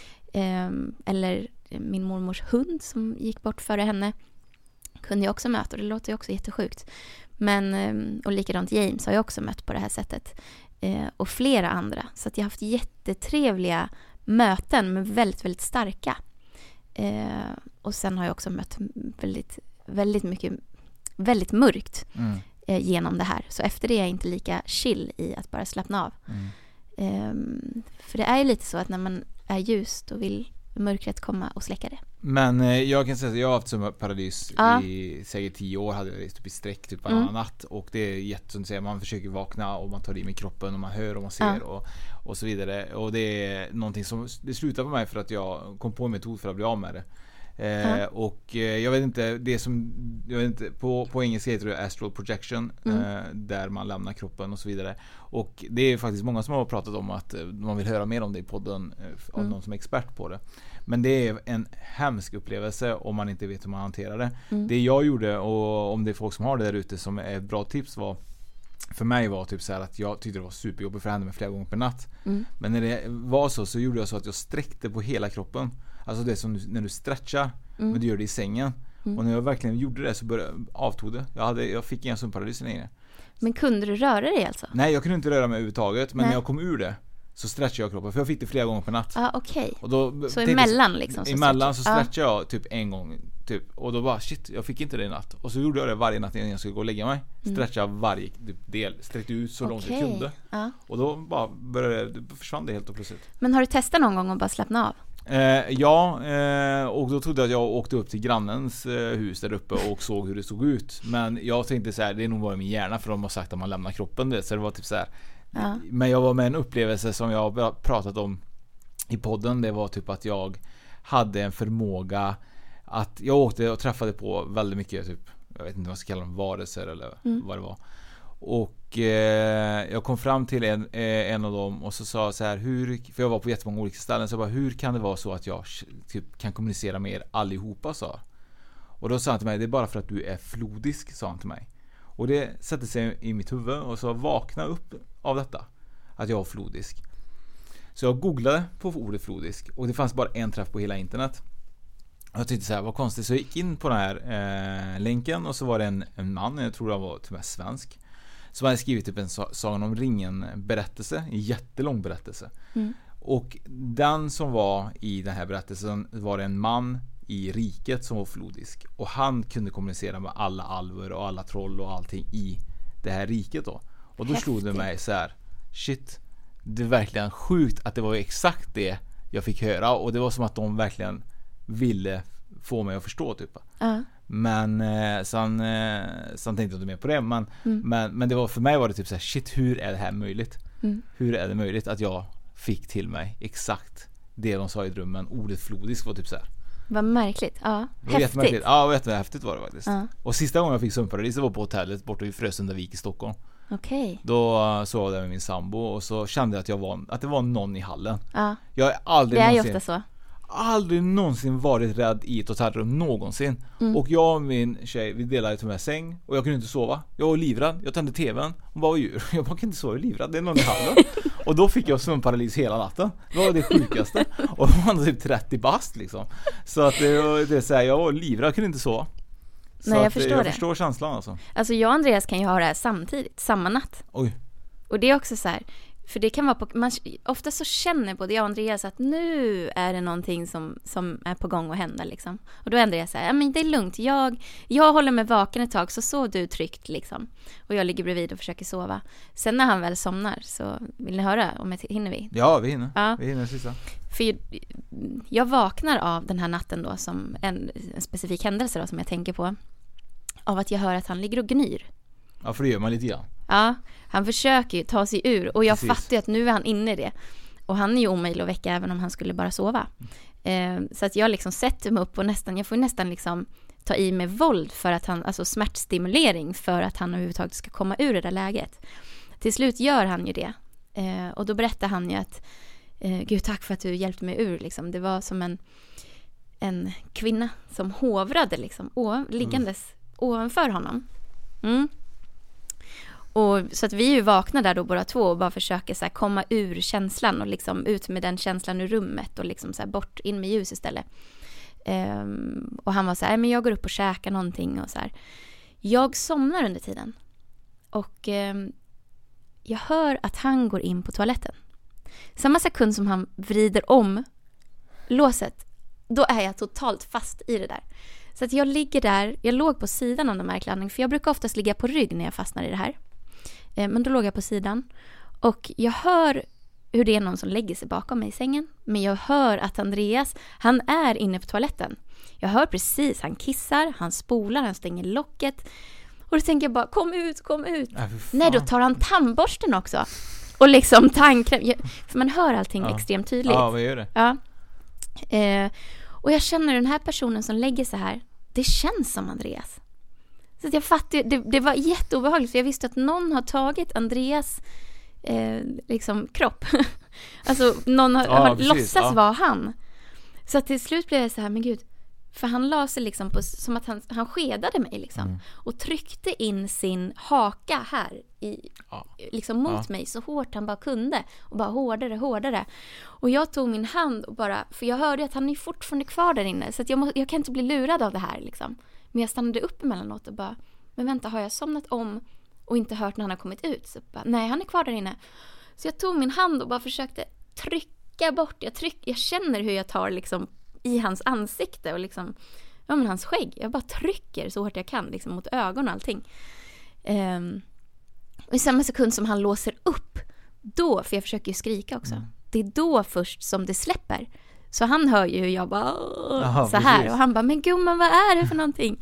Um, eller min mormors hund som gick bort före henne kunde jag också möta. Och det låter ju också jättesjukt. Men, um, och likadant James har jag också mött på det här sättet. Uh, och flera andra. Så att jag har haft jättetrevliga möten med väldigt, väldigt starka. Eh, och sen har jag också mött väldigt, väldigt mycket väldigt mörkt mm. eh, genom det här. Så efter det är jag inte lika chill i att bara slappna av. Mm. Eh, för det är ju lite så att när man är ljus då vill mörkret komma och släcka det. Men eh, jag kan säga att jag har haft som paradis ja. i säkert tio år, hade jag rest upp i sträck typ varannan mm. natt, och det är jättesunt att säga, man försöker vakna och man tar i med kroppen och man hör och man ser ja. och, och så vidare, och det är någonting som det slutar på mig för att jag kom på en metod för att bli av med det. Eh, ja. Och eh, jag vet inte, det som jag vet inte, på, på engelska heter det astral projection, mm. eh, där man lämnar kroppen och så vidare, och det är faktiskt många som har pratat om att eh, man vill höra mer om det i podden eh, av mm. någon som är expert på det. Men det är en hemsk upplevelse om man inte vet hur man hanterar det. Mm. Det jag gjorde, och om det är folk som har det där ute som är ett bra tips, var för mig var typ så här att jag tyckte det var superjobbigt, för det hände mig flera gånger per natt. Mm. Men när det var så så gjorde jag så att jag sträckte på hela kroppen. Alltså det som du, när du stretchar, mm. men du gör det i sängen. Mm. Och när jag verkligen gjorde det så började, avtog det. Jag, hade, jag fick inga sömnparalys längre. Men kunde du röra dig alltså? Nej, jag kunde inte röra mig överhuvudtaget. Men Nej. när jag kom ur det så stretchade jag kroppen. För jag fick det flera gånger per natt. Ah, okej. Okay. Så emellan liksom? Så emellan så stretchade ah. jag typ en gång. Typ. Och då bara, shit, jag fick inte det i natt. Och så gjorde jag det varje natt innan jag skulle gå och lägga mig. Stretchade mm. varje del. Sträckte ut så okay. långt jag kunde. Ah. Och då bara började det, försvann det helt och plötsligt. Men har du testat någon gång att bara slappna av? Eh, ja, eh, och då trodde jag att jag åkte upp till grannens eh, hus där uppe och såg hur det såg ut. Men jag tänkte så här, det är nog bara min hjärna, för de har sagt att man lämnar kroppen det. Så det var typ så här. Ja. Men jag var med en upplevelse som jag har pratat om i podden. Det var typ att jag hade en förmåga att jag åkte och träffade på väldigt mycket typ, jag vet inte vad jag ska kalla dem, varelser eller mm. vad det var. Och eh, jag kom fram till en, eh, en av dem och så sa jag så här, hur, för jag var på jättemånga olika ställen, så jag bara, hur kan det vara så att jag typ kan kommunicera med er allihopa, sa. Och då sa han till mig, det är bara för att du är flodisk, sa han till mig. Och det satte sig i mitt huvud, och så vakna upp av detta, att jag var flodisk. Så jag googlade på ordet flodisk och det fanns bara en träff på hela internet. Och jag tyckte så här, vad konstigt. Så jag gick in på den här eh, länken och så var det en, en man, jag tror han var till och med svensk, som hade skrivit typ en Sagan om ringen berättelse, en jättelång berättelse. Mm. Och den som var i den här berättelsen var en man i riket som var flodisk. Och han kunde kommunicera med alla alver och alla troll och allting i det här riket då. Och då Häftigt. slog det mig så här: shit, det är verkligen sjukt att det var exakt det jag fick höra. Och det var som att de verkligen ville få mig att förstå typ. Uh. Men eh, sen, eh, sen tänkte jag inte mer på det. Men, mm. men, men det var, för mig var det typ så här: shit, hur är det här möjligt? Mm. Hur är det möjligt att jag fick till mig exakt det de sa i drömmen? Ordet flodisk var typ så här. Vad märkligt. Ja, häftigt. Ja, vet du, häftigt var det faktiskt. Uh. Och sista gången jag fick sömnparadis var på hotellet borta i Frösundavik i Stockholm. Okay. Då sov jag där med min sambo och så kände jag att jag var att det var någon i hallen. Ja. Jag har aldrig det är någonsin, ju ofta så. aldrig någonsin varit rädd i ett hotellrum någonsin. Mm. Och jag och min tjej, vi delade ett med säng och jag kunde inte sova. Jag var livrädd. Jag tände tvn. Hon bara, vad djur. Jag bara, kan inte sova, jag är livrädd. Det är någon i hallen. Och då fick jag sömnparalys hela natten. Det var det sjukaste. Och det var typ trettio bast liksom. Så att det, det är så här, jag var livrädd, jag kunde inte sova. Så Nej, jag att, förstår jag det. förstår känslan alltså. Alltså jag och Andreas kan ju ha det här samtidigt, samma natt. Oj. Och det är också så här, för det kan vara på, man, ofta så känner både jag och Andreas att nu är det någonting som, som är på gång att hända liksom. Och då är Andreas så här, ja men det är lugnt, jag, jag håller mig vaken ett tag så sov du tryggt liksom. Och jag ligger bredvid och försöker sova. Sen när han väl somnar så vill ni höra om jag hinner vi? Ja, vi hinner. Ja. Vi hinner sista. För jag vaknar av den här natten då som en, en specifik händelse då som jag tänker på. Av att jag hör att han ligger och gnyr. Ja, för det gör man lite grann. Ja, han försöker ju ta sig ur. Och jag Precis. fattar ju att nu är han inne i det. Och han är ju omöjlig att väcka även om han skulle bara sova. Mm. Eh, så att jag liksom sätter mig upp och nästan, jag får nästan liksom ta i med våld för att han, alltså smärtstimulering för att han överhuvudtaget ska komma ur det där läget. Till slut gör han ju det. Eh, och då berättar han ju att eh, Gud, tack för att du hjälpte mig ur liksom. Det var som en, en kvinna som hovrade liksom, ovan, liggandes mm. ovanför honom. Mm. Och så att vi är ju vakna där då båda två och bara försöker så här komma ur känslan och liksom ut med den känslan ur rummet och liksom så här bort in med ljus istället. Um, och han var så här, men jag går upp och käkar någonting och så här. Jag somnar under tiden. Och um, jag hör att han går in på toaletten. Samma sekund som han vrider om låset, då är jag totalt fast i det där. Så att jag ligger där, jag låg på sidan av den märklandning, för jag brukar oftast ligga på rygg när jag fastnar i det här. Men då låg jag på sidan och jag hör hur det är någon som lägger sig bakom mig i sängen. Men jag hör att Andreas, han är inne på toaletten. Jag hör precis, han kissar, han spolar, han stänger locket. Och då tänker jag bara, kom ut, kom ut. Äh, Nej, då tar han tandborsten också. Och liksom tandkräm. För man hör allting ja. extremt tydligt. Ja, vad gör det? Ja. Eh, och jag känner den här personen som lägger sig här, det känns som Andreas. Så att jag fattade, det, det var jätteobehagligt för jag visste att någon har tagit Andreas eh, liksom kropp. Alltså någon har, ja, har precis, låtsas ja. vara han. Så att till slut blev jag så här, men gud, för han la sig liksom på, som att han, han skedade mig liksom. Mm. Och tryckte in sin haka här i, ja. liksom mot ja. mig så hårt han bara kunde. Och bara hårdare, hårdare. Och jag tog min hand och bara, för jag hörde att han är fortfarande kvar där inne. Så att jag, må, jag kan inte bli lurad av det här liksom. Men jag stannade upp emellanåt och bara, men vänta, har jag somnat om och inte hört när han har kommit ut? Så bara, nej, han är kvar där inne. Så jag tog min hand och bara försökte trycka bort. Jag, tryck, jag känner hur jag tar liksom i hans ansikte och liksom, ja men hans skägg. Jag bara trycker så hårt jag kan liksom mot ögon och allting. Um, och i samma sekund som han låser upp, då, för jag försöker ju skrika också. Mm. Det är då först som det släpper. Så han hör ju hur jag bara Aha, så här. Precis. Och han bara, men gumman, vad är det för någonting?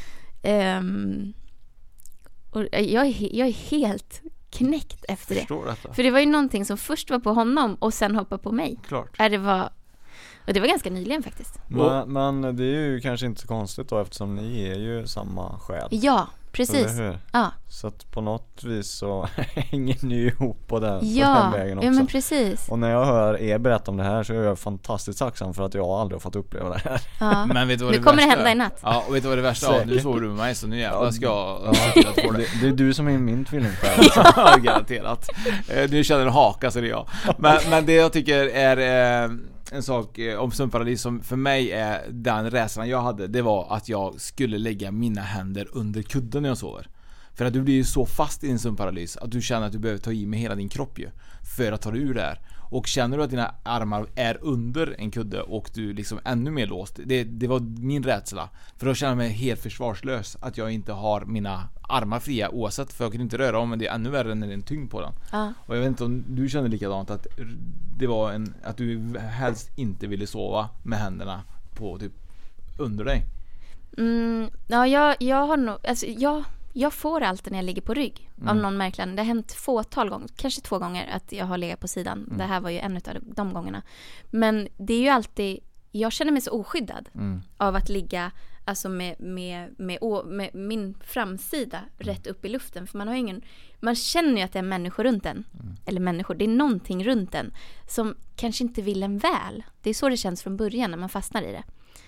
Um, och jag är, jag är helt knäckt efter det. Detta. För det var ju någonting som först var på honom och sen hoppade på mig. Klart. Är det var, och det var ganska nyligen faktiskt. Men, men det är ju kanske inte så konstigt då eftersom ni är ju samma själ. Ja, precis. Ja. Så att på något vis så hänger ni ihop på den, ja. på den vägen också. Ja, men precis. Och när jag hör er berätta om det här så är jag fantastiskt tacksam för att jag aldrig har fått uppleva det här. Ja. Men vet du vad nu det kommer värsta? Det hända i natt. Ja, och vet du vad det värsta är? Nu sover du med mig så nu jävlar ska jag ja. det, det är du som är min tvillingsjäl. Ja, garanterat. eh, Nu känner du haka så det är jag. Men, men det jag tycker är eh, en sak eh, om Sömnparadis som för mig är den rädslan jag hade. Det var att jag skulle lägga mina händer under kudden när jag sover. För att du blir ju så fast i en sömnparalys att du känner att du behöver ta i med hela din kropp ju för att ta dig ur det här. Och känner du att dina armar är under en kudde och du liksom ännu mer låst. Det, det var min rädsla. För då känner jag mig helt försvarslös att jag inte har mina armar fria oavsett, för jag kan inte röra om, men det är ännu värre när det är en tyngd på den. Ja. Och jag vet inte om du kände likadant, att det var en, att du helst inte ville sova med händerna på typ under dig. Mm, ja, jag, jag har nog, alltså jag Jag får alltid när jag ligger på rygg mm. av någon märklig. Det har hänt fåtal gånger, kanske två gånger att jag har legat på sidan. Mm. Det här var ju en av de gångerna. Men det är ju alltid, jag känner mig så oskyddad mm. av att ligga alltså med, med, med, med min framsida mm. rätt upp i luften. För man har ingen, man känner ju att det är människor runt en. Mm. Eller människor, det är någonting runt en som kanske inte vill en väl. Det är så det känns från början när man fastnar i det.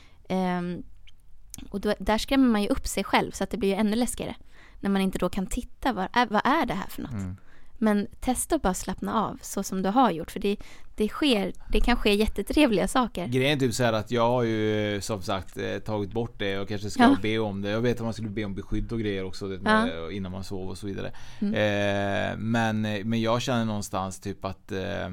Um, och då, där skrämmer man ju upp sig själv så att det blir ju ännu läskigare. När man inte då kan titta, vad är, vad är det här för något? Mm. Men testa att bara slappna av så som du har gjort. För det, det, sker, det kan ske jättetrevliga saker. Grejen är typ så här att jag har ju som sagt tagit bort det och kanske ska ja. be om det. Jag vet att man skulle be om beskydd och grejer också det med, ja. innan man sover och så vidare. Mm. Eh, men, men jag känner någonstans typ att eh,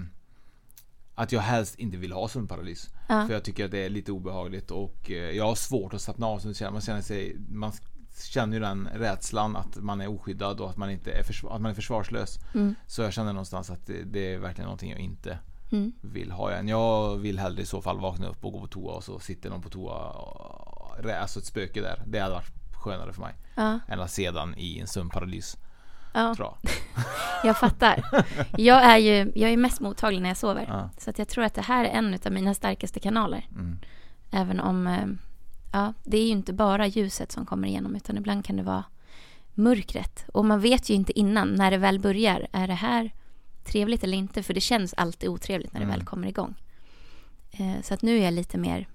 att jag helst inte vill ha sömnparalys. Ja. För jag tycker att det är lite obehagligt och eh, jag har svårt att slappna av. Så man känner sig... Man, känner ju den rädslan att man är oskyddad och att man inte är, försvar, att man är försvarslös. Mm. Så jag känner någonstans att det, det är verkligen någonting jag inte mm. vill ha än. Jag vill hellre i så fall vakna upp och gå på toa och så sitter någon på toa och, alltså ett spöke där. Det hade varit skönare för mig ja. än att se den i en sömnparalys. Ja. Tror jag. Jag fattar. Jag är ju jag är mest mottaglig när jag sover. Ja. Så att jag tror att det här är en av mina starkaste kanaler. Mm. Även om ja, det är ju inte bara ljuset som kommer igenom, utan ibland kan det vara mörkret. Och man vet ju inte innan, när det väl börjar, är det här trevligt eller inte? För det känns alltid otrevligt när det mm. väl kommer igång. Eh, så att nu är jag lite mer,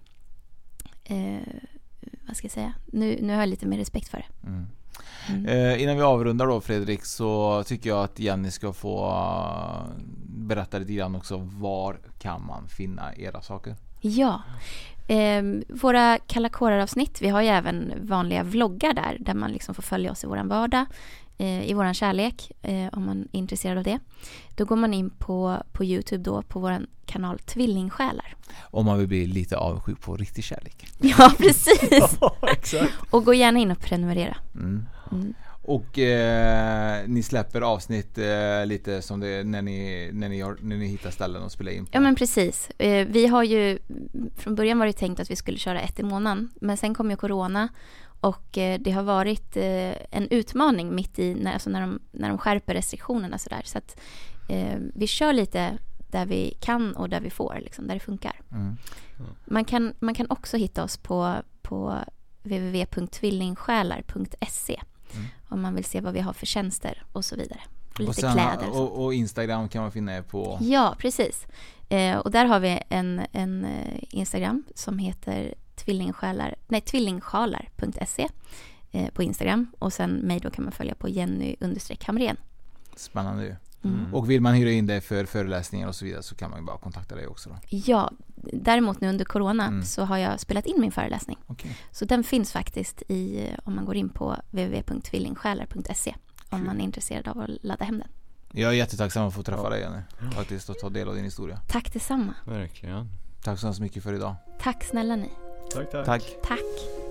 eh, vad ska jag säga? Nu, nu har jag lite mer respekt för det. Mm. Mm. Eh, innan vi avrundar då, Fredrik, så tycker jag att Jenny ska få uh, berätta lite grann också. Var kan man finna era saker? Ja, eh, våra Kalla kårar-avsnitt, vi har ju även vanliga vloggar där, där man liksom får följa oss i våran vardag, eh, i våran kärlek, eh, om man är intresserad av det. Då går man in på, på YouTube då, på våran kanal Tvillingsjälar. Om man vill bli lite avundsjuk på riktig kärlek. Ja, precis. Ja, exakt. Och gå gärna in och prenumerera. Mm. Mm. Och eh, ni släpper avsnitt eh, lite som det när ni när ni har, när ni hittar ställen och spelar in på. Ja, men precis. Eh, vi har ju från början var det tänkt att vi skulle köra ett i månaden, men sen kom ju corona och eh, det har varit eh, en utmaning mitt i när alltså när de när de skärper restriktionerna så där, så att eh, vi kör lite där vi kan och där vi får liksom, där det funkar. Mm. Mm. Man kan man kan också hitta oss på på w w w punkt tvillingsjälar punkt se. Mm. Om man vill se vad vi har för tjänster och så vidare. Och lite och sen, kläder. Och, och, och Instagram kan man finna er på. Ja, precis. Eh, och där har vi en, en Instagram som heter tvillingsjälar, nej, tvillingsjalar punkt se eh, på Instagram. Och sen mig då kan man följa på Jenny understreck Hamrén. Spännande ju. Mm. Och vill man hyra in dig för föreläsningar och så vidare så kan man ju bara kontakta dig också då. Ja, däremot nu under corona mm. så har jag spelat in min föreläsning. Okay. Så den finns faktiskt i, om man går in på w w w punkt tvillingsjälar punkt se om man är intresserad av att ladda hem den. Jag är jättetacksam att få träffa ja. dig igen faktiskt och ta del av din historia. Tack detsamma. Verkligen. Tack så hemskt mycket för idag. Tack snälla ni. Tack, tack. Tack. Tack.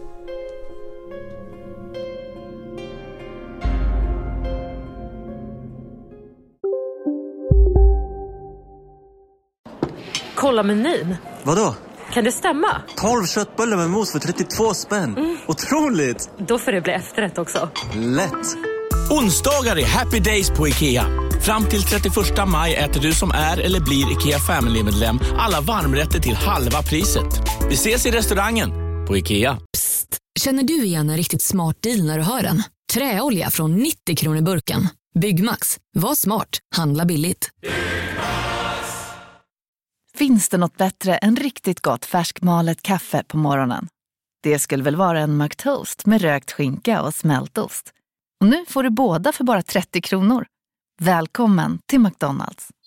Kolla menyn. Vadå? Kan det stämma? tolv köttbullar med mos för trettiotvå spänn. Mm. Otroligt! Då får det bli efterrätt också. Lätt! Onsdagar är happy days på IKEA. Fram till trettioförsta maj äter du som är eller blir IKEA Family-medlem alla varmrätter till halva priset. Vi ses i restaurangen på IKEA. Psst, känner du igen en riktigt smart deal när du hör den? Träolja från nittio kronor burken. Byggmax. Var smart. Handla billigt. Finns det något bättre än riktigt gott färskmalet kaffe på morgonen? Det skulle väl vara en McToast med rökt skinka och smältost. Och nu får du båda för bara trettio kronor. Välkommen till McDonald's.